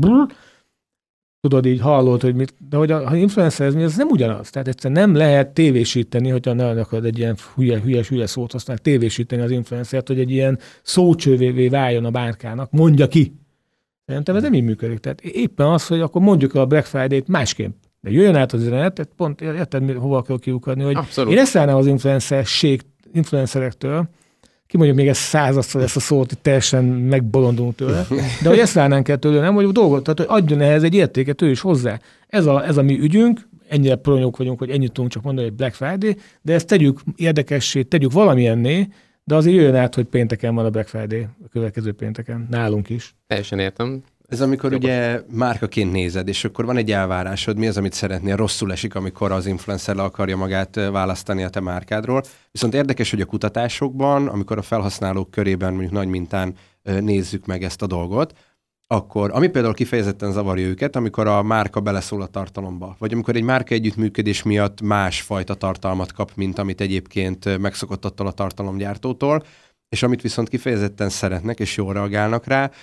tudod, így hallod, hogy mit, de hogy ha influencer ez nem ugyanaz. Tehát egyszerűen nem lehet tévésíteni, hogyha ne akarod egy ilyen hülye szót használni, tévésíteni az influencert, hogy egy ilyen szócsővévé váljon a márkának. Mondja ki. Szerintem ez nem így működik. Tehát éppen az, hogy akkor mondjuk a Black Friday-t másképp. De jöjjön át az üzenet, tehát pont érted, hova kell kiukadni, hogy abszolút. Én ezt állnám az influencerség influencerektől, kimondjuk még ezt 100-szor ezt a szót, hogy teljesen megbolondulunk tőle, de hogy ezt várnánk el tőle, nem, hogy dolgot, tehát hogy adjon ehhez egy értéket ő is hozzá. Ez a mi ügyünk, ennyire pronyók vagyunk, hogy ennyit tudunk csak mondani, hogy Black Friday, de ezt tegyük érdekessé, tegyük valamilyenné, de azért jöjjön át, hogy pénteken van a Black Friday, a következő pénteken, nálunk is. Teljesen értem. Ez amikor ugye márkaként nézed, és akkor van egy elvárásod, mi az, amit szeretnél, rosszul esik, amikor az influencer le akarja magát választani a te márkádról. Viszont érdekes, hogy a kutatásokban, amikor a felhasználók körében mondjuk nagy mintán nézzük meg ezt a dolgot, akkor, ami például kifejezetten zavarja őket, amikor a márka beleszól a tartalomba, vagy amikor egy márka együttműködés miatt másfajta tartalmat kap, mint amit egyébként megszokott attól a tartalomgyártótól, és amit viszont kifejezetten szeretnek, és jól reagálnak rá,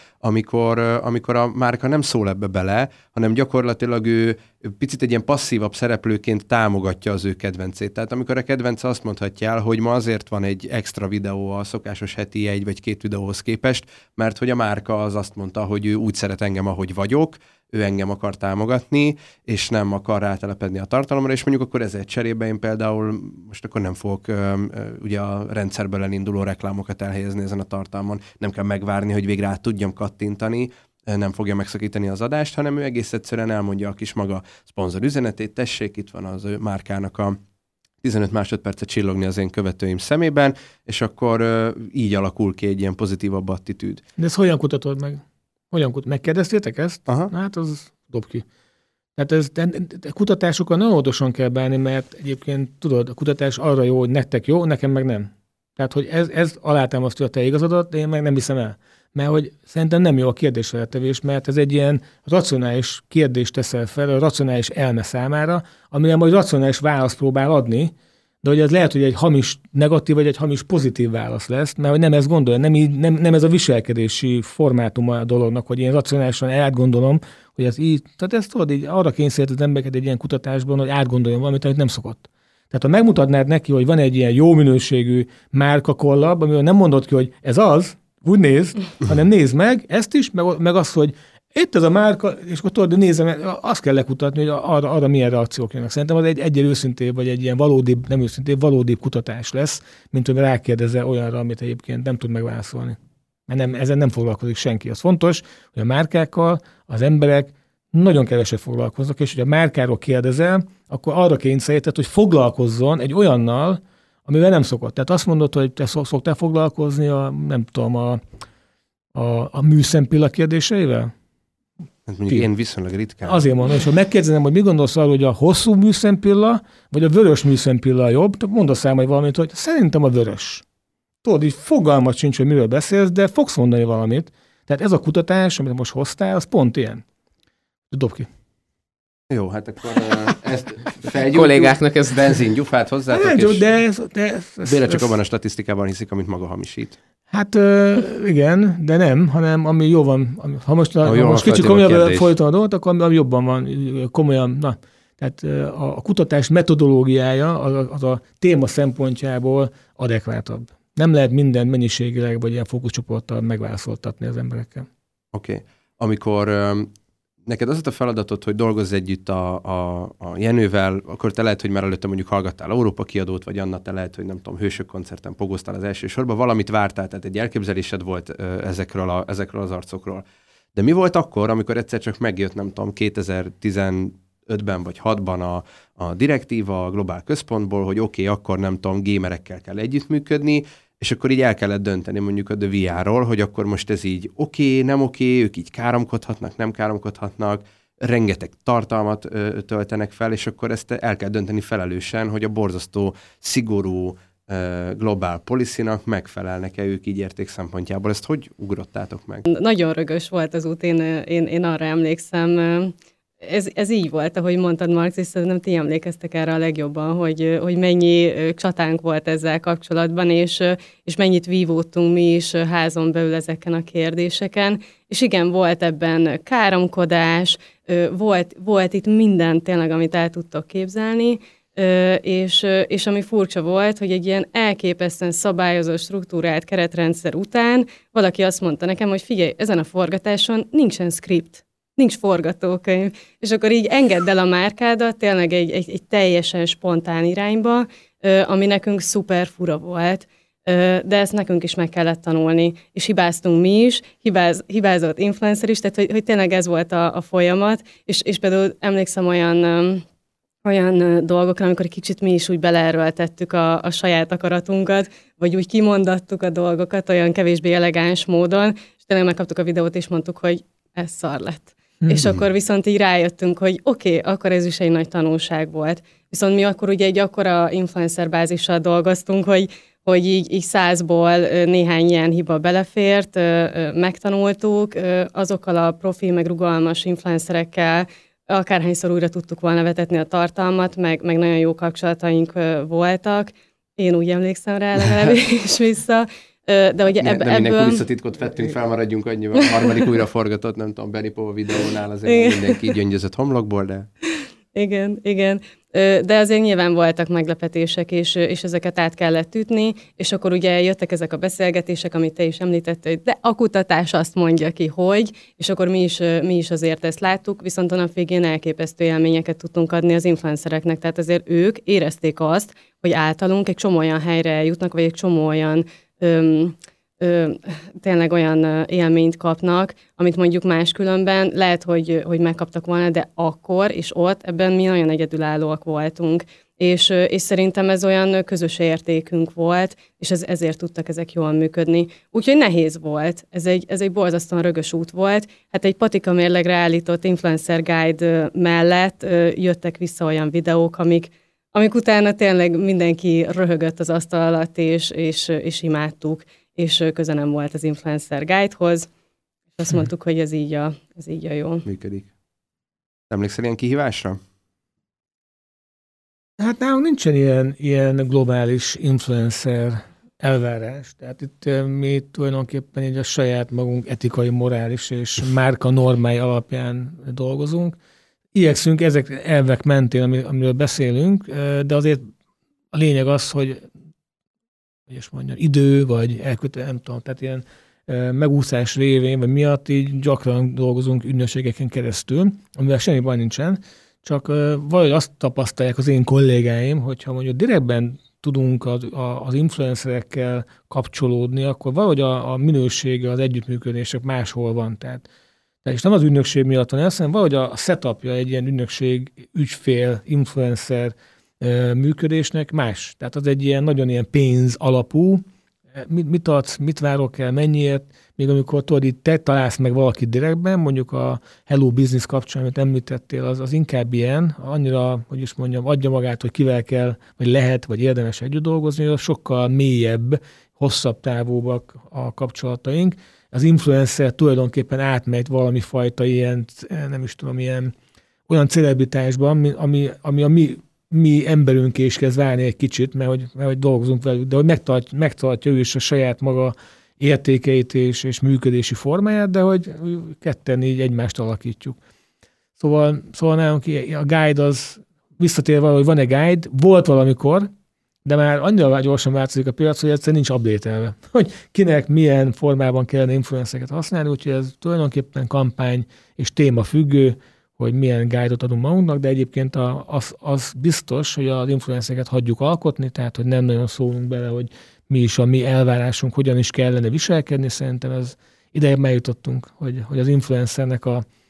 amikor a márka nem szól ebbe bele, hanem gyakorlatilag ő picit egy ilyen passzívabb szereplőként támogatja az ő kedvencét. Tehát amikor a kedvence azt mondhatja el, hogy ma azért van egy extra videó a szokásos heti 1 vagy 2 videóhoz képest, mert hogy a márka az azt mondta, hogy ő úgy szeret engem, ahogy vagyok, ő engem akar támogatni, és nem akar rátelepedni a tartalomra, és mondjuk akkor ezért cserébe én például most akkor nem fogok ugye a rendszerből elinduló reklámokat elhelyezni ezen a tartalmon. Nem kell megvárni, hogy végre át tudjam kattintani, nem fogja megszakítani az adást, hanem ő egész egyszerűen elmondja a kis maga szponzor üzenetét, tessék, itt van az ő márkának a 15 másodpercet csillogni az én követőim szemében, és akkor így alakul ki egy ilyen pozitívabb attitűd. De ezt hogyan kutatod meg? Megkérdeztétek ezt? Aha. Hát az dob ki. Tehát a kutatásokkal nagyon óvatosan kell bánni, mert egyébként tudod, a kutatás arra jó, hogy nektek jó, nekem meg nem. Tehát, hogy ez alátámasztja a te igazadat, de én meg nem hiszem el. Mert hogy szerintem nem jó a kérdésfeltevés, mert ez egy ilyen racionális kérdést teszel fel a racionális elme számára, amire majd racionális választ próbál adni, de hogy ez lehet, hogy egy hamis negatív vagy egy hamis pozitív válasz lesz, mert hogy nem ezt gondolja, nem ez a viselkedési formátuma a dolognak, hogy én racionálisan átgondolom, hogy ez így, tehát ezt tudod, így arra kényszerít az embereket egy ilyen kutatásban, hogy átgondoljon valamit, amit nem szokott. Tehát ha megmutatnád neki, hogy van egy ilyen jó minőségű márka kollab, amivel nem mondod ki, hogy ez az, úgy nézd, hanem nézd meg ezt is, meg azt, hogy itt ez a márka, és akkor tudod, nézem, azt kell lekutatni, hogy arra milyen reakciók jönnek. Szerintem az egy őszintébb, vagy egy ilyen valódibb, nem őszintébb, valódibb kutatás lesz, mint hogy rákérdezel olyanra, amit egyébként nem tud megválaszolni. Mert ezen nem foglalkozik senki. Az fontos, hogy a márkákkal az emberek nagyon keveset foglalkoznak, és hogy a márkáról kérdezel, akkor arra kényszeríted, hogy foglalkozzon egy olyannal, amivel nem szokott. Tehát azt mondod, hogy te szoktál foglalkozni a műszempilla kérdéseivel? Hát mondjuk én viszonylag ritkán. Azért mondom, és ha megkérdezem, hogy mi gondolsz arról, hogy a hosszú műszempilla, vagy a vörös műszempilla jobb, akkor mondasz számai valamit, hogy szerintem a vörös. Tudod, így fogalmat sincs, hogy miről beszélsz, de fogsz mondani valamit. Tehát ez a kutatás, amit most hoztál, az pont ilyen. Dob ki. Jó, hát akkor ezt kollégáknak ez benzingyufát hozzátok, hát, és Béla csak abban a statisztikában hiszik, amit maga hamisít. Hát igen, de nem, hanem ami jó van. Ha most kicsit komolyabb folyton a dolgot, akkor ami jobban van, komolyan. Na, tehát a kutatás metodológiája az a téma szempontjából adekvátabb. Nem lehet minden mennyiségileg vagy ilyen fókuszcsoporttal megválaszoltatni az emberekkel. Oké. Amikor neked az a feladatod, hogy dolgozz együtt a Jenővel, akkor te lehet, hogy már előtte mondjuk hallgattál Európa Kiadót, vagy Anna, te lehet, hogy nem tudom, Hősök koncerten pogoztál az első sorban, valamit vártál, tehát egy elképzelésed volt ezekről az arcokról. De mi volt akkor, amikor egyszer csak megjött, nem tudom, 2015-ben vagy 6-ban a direktíva a Globál Központból, hogy oké, akkor nem tudom, gamerekkel kell együttműködni, és akkor így el kellett dönteni mondjuk a The VR-ról, hogy akkor most ez így oké, nem oké, ők így káromkodhatnak, nem káromkodhatnak, rengeteg tartalmat töltenek fel, és akkor ezt el kell dönteni felelősen, hogy a borzasztó, szigorú globál policy-nak megfelelnek-e ők így érték szempontjából. Ezt hogy ugrottátok meg? Nagyon rögös volt az út, én arra emlékszem. Ez így volt, ahogy mondtad, Marx, és szerintem ti emlékeztek erre a legjobban, hogy mennyi csatánk volt ezzel kapcsolatban, és mennyit vívódtunk mi is házon belül ezeken a kérdéseken. És igen, volt ebben káromkodás, volt itt minden tényleg, amit el tudtok képzelni, és ami furcsa volt, hogy egy ilyen elképesztően szabályozott, struktúrált keretrendszer után valaki azt mondta nekem, hogy figyelj, ezen a forgatáson nincsen script. Nincs forgatókönyv, és akkor így engedd el a márkádat tényleg egy teljesen spontán irányba, ami nekünk szuper fura volt, de ezt nekünk is meg kellett tanulni, és hibáztunk mi is, hibázott influencer is, tehát hogy tényleg ez volt a folyamat, és például emlékszem olyan dolgokra, amikor egy kicsit mi is úgy beleerőltettük a saját akaratunkat, vagy úgy kimondattuk a dolgokat olyan kevésbé elegáns módon, és tényleg megkaptuk a videót, és mondtuk, hogy ez szar lett. És akkor viszont így rájöttünk, hogy oké, akkor ez is egy nagy tanulság volt. Viszont mi akkor ugye egy akkora influencer bázissal dolgoztunk, hogy így 100-ból néhány ilyen hiba belefért, megtanultuk, azokkal a profi, meg rugalmas influencerekkel akárhányszor újra tudtuk volna vetetni a tartalmat, meg nagyon jó kapcsolataink voltak. Én úgy emlékszem rá legalábbis vissza. De ugye nem ebből... minden kulisszatitkot vettünk fel, maradjunk annyival. A harmadik újra forgatott, nem tudom, Benipova videónál azért mindenki gyöngyözött homlokból, de... Igen. De azért nyilván voltak meglepetések, és ezeket át kellett ütni, és akkor ugye jöttek ezek a beszélgetések, amit te is említettél, hogy de a kutatás azt mondja ki, hogy, és akkor mi is azért ezt láttuk, viszont a nap végén elképesztő élményeket tudtunk adni az influencereknek, tehát azért ők érezték azt, hogy általunk egy csomó olyan helyre eljutnak, vagy egy csomó olyan tényleg olyan élményt kapnak, amit mondjuk máskülönben lehet, hogy megkaptak volna, de akkor és ott ebben mi nagyon egyedülállóak voltunk. És szerintem ez olyan közös értékünk volt, és ezért tudtak ezek jól működni. Úgyhogy nehéz volt. Ez egy borzasztóan rögös út volt. Hát egy patika mérlegre állított influencer guide mellett jöttek vissza olyan videók, amik utána tényleg mindenki röhögött az asztal alatt, és imádtuk, és köze nem volt az Influencer Guide-hoz, és azt mondtuk, hogy ez így a jó. Működik. Emlékszel ilyen kihívásra? Hát nálunk nincsen ilyen globális influencer elvárás. Tehát itt mi tulajdonképpen így a saját magunk etikai, morális és márka normái alapján dolgozunk. Igyekszünk ezek elvek mentén, amiről beszélünk, de azért a lényeg az, hogy idő, vagy nem tudom, tehát ilyen megúszás révén, vagy miatt így gyakran dolgozunk ügynökségeken keresztül, amivel semmi baj nincsen, csak valahogy azt tapasztalják az én kollégáim, hogyha mondjuk direktben tudunk az influencerekkel kapcsolódni, akkor valahogy a minősége az együttműködések máshol van. Tehát és nem az ügynökség miatt van ez, hanem valahogy a setupja egy ilyen ügynökség, ügyfél, influencer működésnek más. Tehát az egy ilyen nagyon ilyen pénz alapú, mit adsz, mit várok el, mennyiért, még amikor tudod, itt te találsz meg valakit direktben, mondjuk a Hello Business kapcsán, amit említettél, az inkább ilyen, annyira, hogy is mondjam, adja magát, hogy kivel kell, vagy lehet, vagy érdemes együtt dolgozni, az sokkal mélyebb, hosszabb távúak a kapcsolataink. Az influencer tulajdonképpen átmegy valami fajta ilyen, nem is tudom, ilyen olyan celebritásban, ami a mi emberünk is kezd válni egy kicsit, mert hogy dolgozunk velük, de hogy megtartja ő is a saját maga értékeit és működési formáját, de hogy ketten így egymást alakítjuk. Szóval nálunk a guide az visszatérve, hogy van egy guide, volt valamikor, de már annyira gyorsan változik a piac, hogy egyszerűen nincs update-elve. Hogy kinek milyen formában kellene influencereket használni, úgyhogy ez tulajdonképpen kampány és téma függő, hogy milyen guide-ot adunk magunknak, de egyébként az biztos, hogy az influencereket hagyjuk alkotni, tehát hogy nem nagyon szólunk bele, hogy mi is a mi elvárásunk, hogyan is kellene viselkedni. Szerintem ez ideig eljutottunk, hogy az influencernek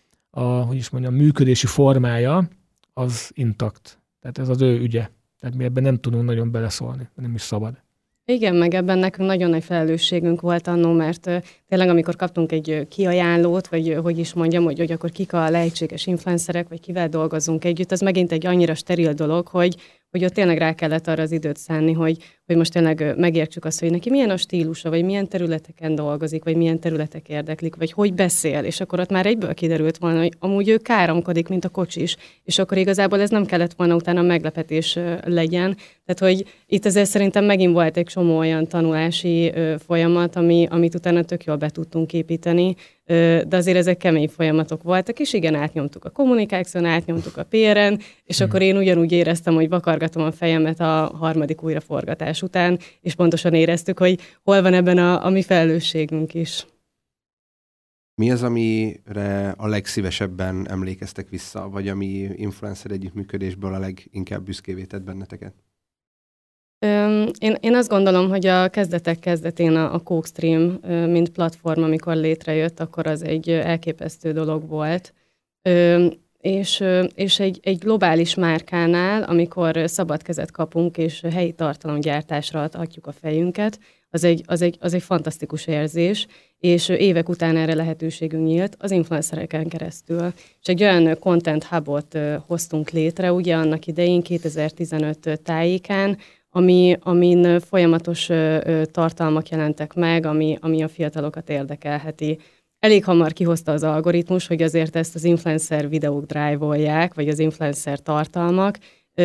hogy is mondjam, működési formája az intakt. Tehát ez az ő ügye. Tehát mi ebben nem tudunk nagyon beleszólni, nem is szabad. Igen, meg ebben nekünk nagyon nagy felelősségünk volt annó, mert tényleg amikor kaptunk egy kiajánlót, vagy hogy is mondjam, hogy akkor kik a lehetséges influencerek, vagy kivel dolgozunk együtt, az megint egy annyira steril dolog, hogy ott tényleg rá kellett arra az időt szánni, hogy most tényleg megértsük azt, hogy neki milyen a stílusa, vagy milyen területeken dolgozik, vagy milyen területek érdeklik, vagy hogy beszél, és akkor ott már egyből kiderült volna, hogy amúgy ő káromkodik, mint a kocsis, és akkor igazából ez nem kellett volna utána meglepetés legyen. Tehát, hogy itt azért szerintem megint volt egy csomó olyan tanulási folyamat, amit utána tök jól be tudtunk építeni, de azért ezek kemény folyamatok voltak, és igen, átnyomtuk a kommunikáción, átnyomtuk a PR-en, és akkor én ugyanúgy éreztem, hogy vakargatom a fejemet a harmadik újraforgatás után, és pontosan éreztük, hogy hol van ebben a mi felelősségünk is. Mi az, amire a legszívesebben emlékeztek vissza, vagy ami influencer együttműködésből a leginkább büszkévé tett benneteket? Én azt gondolom, hogy a kezdetek kezdetén a CokeStream, mint platform, amikor létrejött, akkor az egy elképesztő dolog volt. És egy globális márkánál, amikor szabad kezet kapunk, és helyi tartalomgyártásra adhatjuk a fejünket, az egy fantasztikus érzés, és évek után erre lehetőségünk nyílt az influencereken keresztül. És egy olyan content hubot hoztunk létre, ugye annak idején 2015 tájékán, amin folyamatos tartalmak jelentek meg, ami a fiatalokat érdekelheti. Elég hamar kihozta az algoritmus, hogy azért ezt az influencer videók drive-olják, vagy az influencer tartalmak,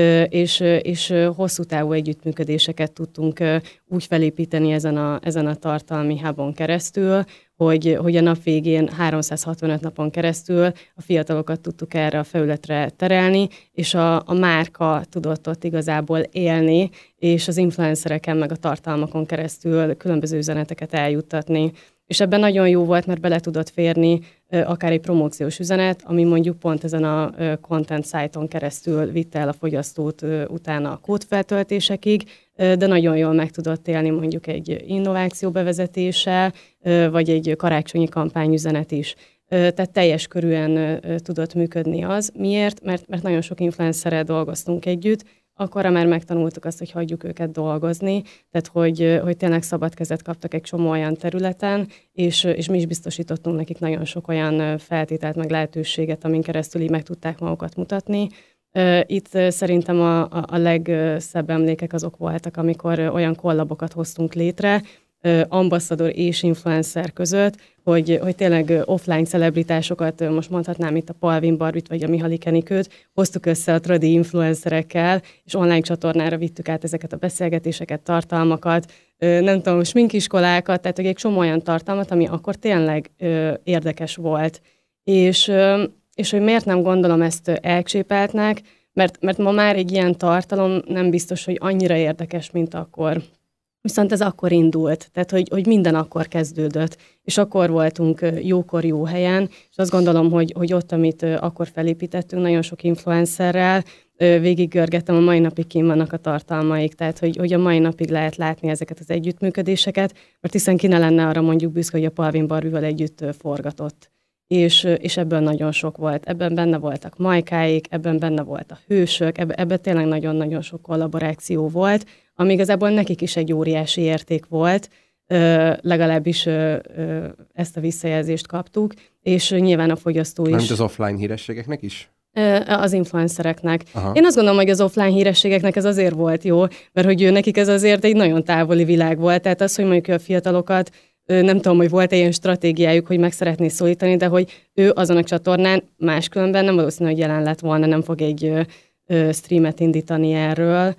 és hosszú távú együttműködéseket tudtunk úgy felépíteni ezen a tartalmi hubon keresztül, hogy a nap végén 365 napon keresztül a fiatalokat tudtuk erre a felületre terelni, és a márka tudott ott igazából élni, és az influencereken meg a tartalmakon keresztül különböző üzeneteket eljuttatni. És ebben nagyon jó volt, mert bele tudott férni akár egy promóciós üzenet, ami mondjuk pont ezen a content site-on keresztül vitte el a fogyasztót utána a kódfeltöltésekig, de nagyon jól meg tudott élni mondjuk egy innováció bevezetéssel, vagy egy karácsonyi kampányüzenet is. Tehát teljes körűen tudott működni az. Miért? Mert nagyon sok influencerrel dolgoztunk együtt, akkorra már megtanultuk azt, hogy hagyjuk őket dolgozni, tehát hogy tényleg szabad kezet kaptak egy csomó olyan területen, és mi is biztosítottunk nekik nagyon sok olyan feltételt, meg lehetőséget, amin keresztül így meg tudták magukat mutatni. Itt szerintem a legszebb emlékek azok voltak, amikor olyan kollabokat hoztunk létre, ambasszador és influencer között, hogy tényleg offline celebritásokat, most mondhatnám itt a Palvin Barbit vagy a Mihaly Kenikőt, hoztuk össze a tradi influencerekkel, és online csatornára vittük át ezeket a beszélgetéseket, tartalmakat, nem tudom, sminkiskolákat, tehát egy csomó olyan tartalmat, ami akkor tényleg érdekes volt. És hogy miért nem gondolom ezt elcsépeltnek, mert ma már egy ilyen tartalom nem biztos, hogy annyira érdekes, mint akkor. Viszont ez akkor indult, tehát hogy minden akkor kezdődött, és akkor voltunk jókor, jó helyen, és azt gondolom, hogy ott, amit akkor felépítettünk, nagyon sok influencerrel, végiggörgettem, a mai napig kint vannak a tartalmaik, tehát hogy a mai napig lehet látni ezeket az együttműködéseket, mert hiszen ki ne lenne arra mondjuk büszke, hogy a Palvin Barbival együtt forgatott. És ebben nagyon sok volt. Ebben benne voltak Majkáik, ebben benne volt a Hősök, ebben tényleg nagyon-nagyon sok kollaboráció volt, ami igazából nekik is egy óriási érték volt, legalábbis ezt a visszajelzést kaptuk, és nyilván a fogyasztó is. Mint az offline hírességeknek is? Az influencereknek. Aha. Én azt gondolom, hogy az offline hírességeknek ez azért volt jó, mert hogy nekik ez azért egy nagyon távoli világ volt, tehát az, hogy mondjuk a fiatalokat, nem tudom, hogy volt-e ilyen stratégiájuk, hogy meg szeretné szólítani, de hogy ő azon a csatornán máskülönben nem valószínű, hogy jelen lett volna, nem fog egy streamet indítani erről,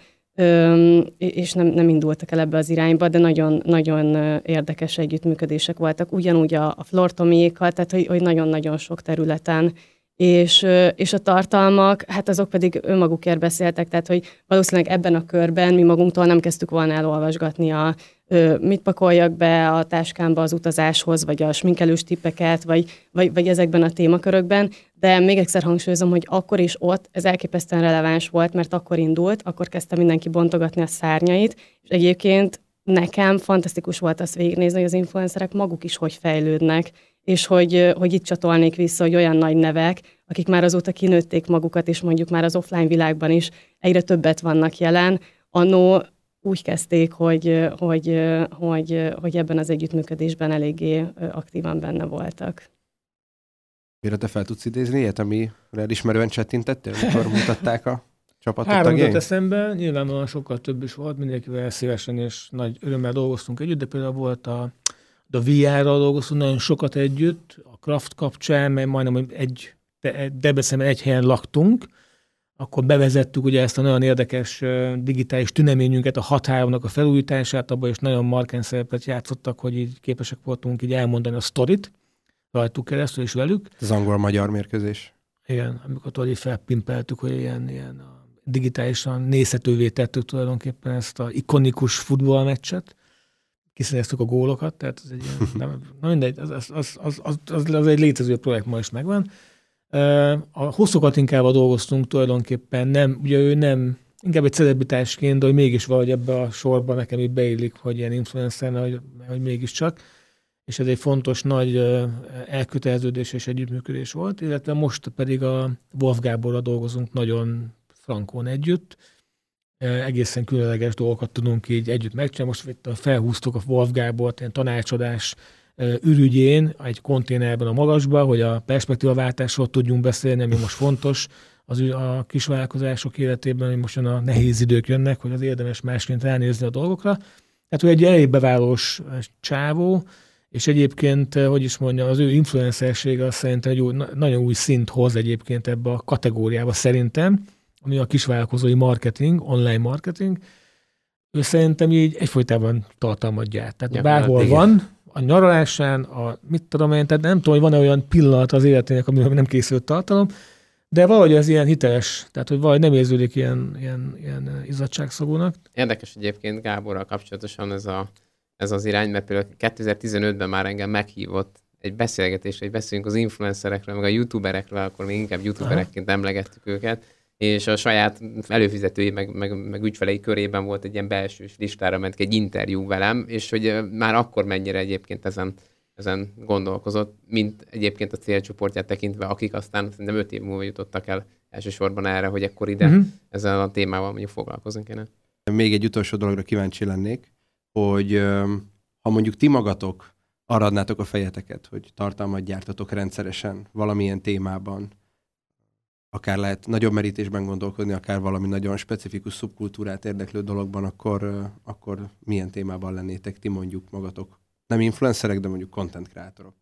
és nem indultak el ebbe az irányba, de nagyon érdekes együttműködések voltak. Ugyanúgy a Flortomiékkal, tehát hogy nagyon-nagyon sok területen. És a tartalmak, hát azok pedig önmagukért beszéltek, tehát hogy valószínűleg ebben a körben mi magunktól nem kezdtük volna elolvasgatni mit pakoljak be a táskámba az utazáshoz, vagy a sminkelős tippeket, vagy ezekben a témakörökben, de még egyszer hangsúlyozom, hogy akkor is ott ez elképesztően releváns volt, mert akkor indult, akkor kezdte mindenki bontogatni a szárnyait, és egyébként nekem fantasztikus volt azt végignézni, hogy az influencerek maguk is hogy fejlődnek, és hogy itt csatolnék vissza, hogy olyan nagy nevek, akik már azóta kinőtték magukat, és mondjuk már az offline világban is egyre többet vannak jelen. Annó úgy kezdték, hogy ebben az együttműködésben eléggé aktívan benne voltak. Mire te fel tudsz idézni ilyet, amire elismerően csettintettél, amikor mutatták a csapatot? 3 jutott eszembe, nyilvánvalóan sokkal több is volt, mindenkivel szívesen és nagy örömmel dolgoztunk együtt, de például volt a VR-ral dolgoztunk nagyon sokat együtt, a Kraft kapcsán, mert majdnem Debrecenben egy helyen laktunk, akkor bevezettük ugye ezt a nagyon érdekes digitális tüneményünket, a 6-3-nak a felújítását, abban is nagyon markáns szerepet játszottak, hogy így képesek voltunk így elmondani a sztorit, rajtuk keresztül és velük. Az angol-magyar mérkőzés. Igen, amikor így felpimpeltük, hogy ilyen digitálisan nézhetővé tettük tulajdonképpen ezt a ikonikus futballmeccset, kiszereztük a gólokat, tehát ez egy ilyen, na mindegy, az egy létező projekt ma is megvan. A Hosszú Katinkával dolgoztunk tulajdonképpen, ugye ő nem inkább egy celebritásként, de hogy mégis valahogy ebbe a sorba nekem így beillik, hogy ilyen influencer, hogy mégiscsak. És ez egy fontos, nagy elköteleződés és együttműködés volt, illetve most pedig a Wolf Gáborral dolgozunk nagyon frankón együtt. Egészen különleges dolgokat tudunk így együtt megcsinálni. Most felhúztuk a Wolf Gábort ilyen tanácsadás ürügyén egy konténerben a magasba, hogy a perspektívaváltásról tudjunk beszélni, ami most fontos a kisvállalkozások életében, hogy most a nehéz idők jönnek, hogy az érdemes másként ránézni a dolgokra. Tehát ő egy elég beválós csávó, és egyébként, hogy is mondjam, az ő influencersége azt szerintem egy nagyon új szint hoz egyébként ebbe a kategóriába szerintem, ami a kisvállalkozói marketing, online marketing. Ő szerintem így egyfolytában tartalmat gyárt. Tehát bárhol van, a nyaralásán, mit tudom én, tehát nem tudom, hogy van-e olyan pillanat az életének, amiben nem készült tartalom, de valahogy ez ilyen hiteles, tehát hogy valahogy nem érződik ilyen izzadságszagúnak. Érdekes egyébként Gáborral kapcsolatosan ez az irány, mert például 2015-ben már engem meghívott egy beszélgetésre, hogy beszéljünk az influencerekről, meg a youtuberekről, akkor még inkább youtuberekként emlegettük őket, és a saját előfizetői, meg ügyfelei körében volt egy ilyen belsős listára ment ki egy interjú velem, és hogy már akkor mennyire egyébként ezen gondolkozott, mint egyébként a célcsoportját tekintve, akik aztán szerintem 5 év múlva jutottak el elsősorban erre, hogy akkor ide ezzel a témával mondjuk foglalkozunk kéne. Még egy utolsó dologra kíváncsi lennék, hogy ha mondjuk ti magatok arra adnátok a fejeteket, hogy tartalmat gyártatok rendszeresen valamilyen témában, akár lehet nagyobb merítésben gondolkodni, akár valami nagyon specifikus szubkultúrát érdeklő dologban, akkor milyen témában lennétek ti mondjuk magatok? Nem influencerek, de mondjuk content kreatorok.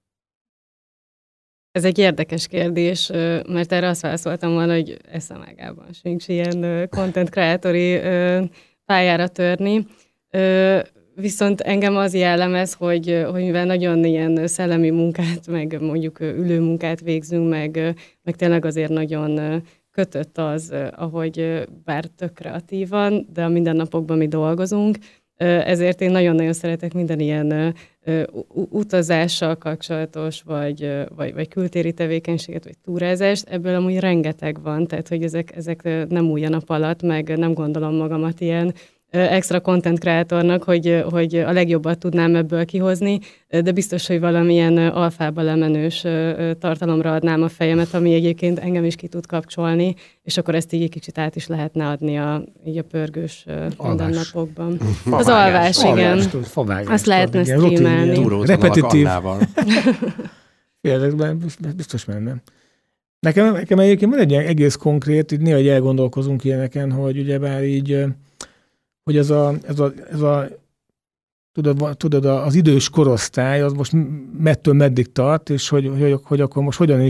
Ez egy érdekes kérdés, mert erre azt válaszoltam volna, hogy eszemágában sincs ilyen content kreatori pályára törni. Viszont engem az jellemez, hogy mivel nagyon ilyen szellemi munkát, meg mondjuk ülő munkát végzünk, meg tényleg azért nagyon kötött az, ahogy bár tök kreatívan, de a mindennapokban mi dolgozunk, ezért én nagyon-nagyon szeretek minden ilyen utazással kapcsolatos, vagy kültéri tevékenységet, vagy túrázást. Ebből amúgy rengeteg van, tehát hogy ezek nem új a nap alatt, meg nem gondolom magamat ilyen extra content kreatornak, hogy a legjobbat tudnám ebből kihozni, de biztos, hogy valamilyen alfába lemenős tartalomra adnám a fejemet, ami egyébként engem is ki tud kapcsolni, és akkor ezt így egy kicsit át is lehetne adni így a pörgős mindennapokban. Az alvás, igen. Azt lehetne streamelni. Repetitív. Biztos menne. Nekem egyébként van egy ilyen egész konkrét, így néha elgondolkozunk ilyeneken, hogy ugyebár így hogy ez a tudod, az idős korosztály, az most mettől meddig tart, és hogy akkor most hogyan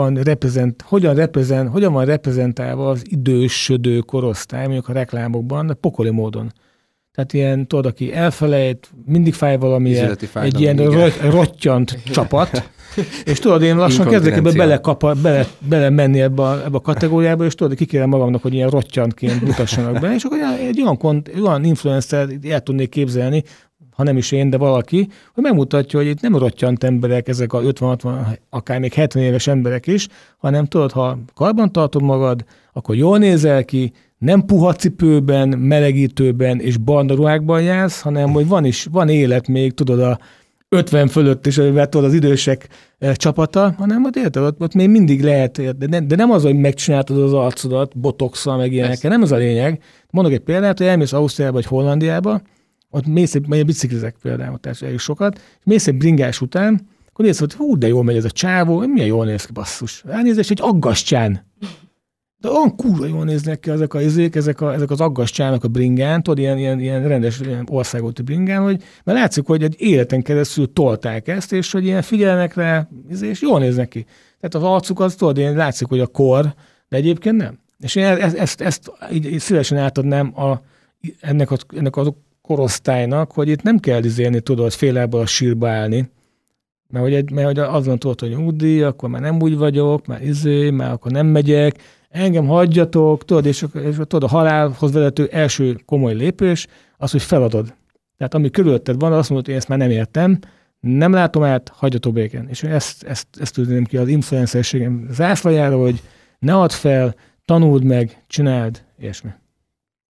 van reprezentálva az idősödő korosztály, mondjuk a reklámokban, de pokoli módon. Tehát ilyen, tudod, aki elfelejt, mindig fáj valamilyen, egy ilyen rottyant csapat, és tudod, én lassan kezdek ebbe belemenni ebbe a kategóriába, és tudod, kikérem magamnak, hogy ilyen rottyantként mutassanak be, és akkor egy olyan influencer el tudnék képzelni, ha nem is én, de valaki, hogy megmutatja, hogy itt nem rottyant emberek, ezek a 50-60, akár még 70 éves emberek is, hanem tudod, ha karban tartod magad, akkor jól nézel ki, nem puha cipőben, melegítőben és barna ruhákban jársz, hanem hogy van élet még, tudod, a 50 fölött is, amivel tudod az idősek csapata, hanem ott még mindig lehet, de nem az, hogy megcsináltad az arcodat, botoxal, meg ilyenekkel, nem ez a lényeg. Mondok egy példát, hogy elmész Ausztriába vagy Hollandiába, ott mész egy biciklizek például, tehát elég sokat, és mész egy bringás után, akkor nézd, hogy hú, de jól megy ez a csávó, milyen jól néz ki, basszus. Elnézést, egy aggastyán. De olyan kurva jól néznek ki ezek ezek az aggastyának a bringán, tudod, ilyen rendes ilyen országúti bringán, hogy mert látszik, hogy egy életen keresztül tolták ezt, és hogy ilyen figyelnek rá, és jól néznek ki. Tehát az arcuk az, tudod, ilyen látszik, hogy a kor, de egyébként nem. És én ezt így szívesen átadnám ennek a korosztálynak, hogy itt nem kell izélni, tudod, félából a sírba állni, mert hogy azon tudod, hogy nyugdíj, akkor már nem úgy vagyok, már akkor nem megyek, engem hagyjatok, tudod, és tudod, a halálhoz vezető első komoly lépés az, hogy feladod. Tehát ami körülötted van, azt mondod, hogy én ezt már nem értem, nem látom át, hagyjatok békén. És ezt tudném ki az influencerségem zászlajára, hogy ne add fel, tanuld meg, csináld, ilyesmi.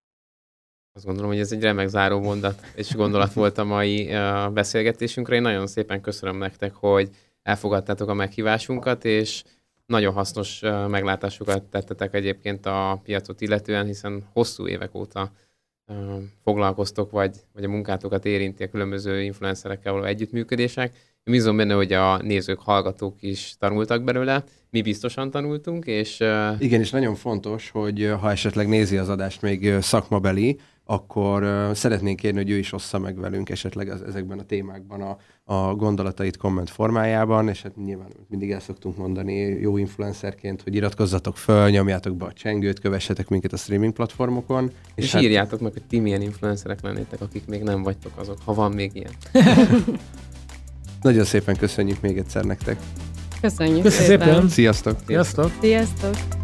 Azt gondolom, hogy ez egy remek záró mondat és gondolat volt a mai beszélgetésünkre. Én nagyon szépen köszönöm nektek, hogy elfogadtátok a meghívásunkat, és nagyon hasznos meglátásokat tettetek egyébként a piacot illetően, hiszen hosszú évek óta foglalkoztok, vagy a munkátokat érinti a különböző influencerekkel való együttműködések. Én bízom benne, hogy a nézők, hallgatók is tanultak belőle. Mi biztosan tanultunk, és... Igen, és nagyon fontos, hogy ha esetleg nézi az adást még szakmabeli, akkor szeretnénk kérni, hogy ő is ossza meg velünk esetleg ezekben a témákban a gondolatait komment formájában, és hát nyilván mindig el szoktunk mondani jó influencerként, hogy iratkozzatok föl, nyomjátok be a csengőt, kövessetek minket a streaming platformokon. És hát... írjátok meg, hogy ti milyen influencerek lennétek, akik még nem vagytok azok, ha van még ilyen. Nagyon szépen köszönjük még egyszer nektek. Köszönjük szépen. Sziasztok! Sziasztok! Sziasztok!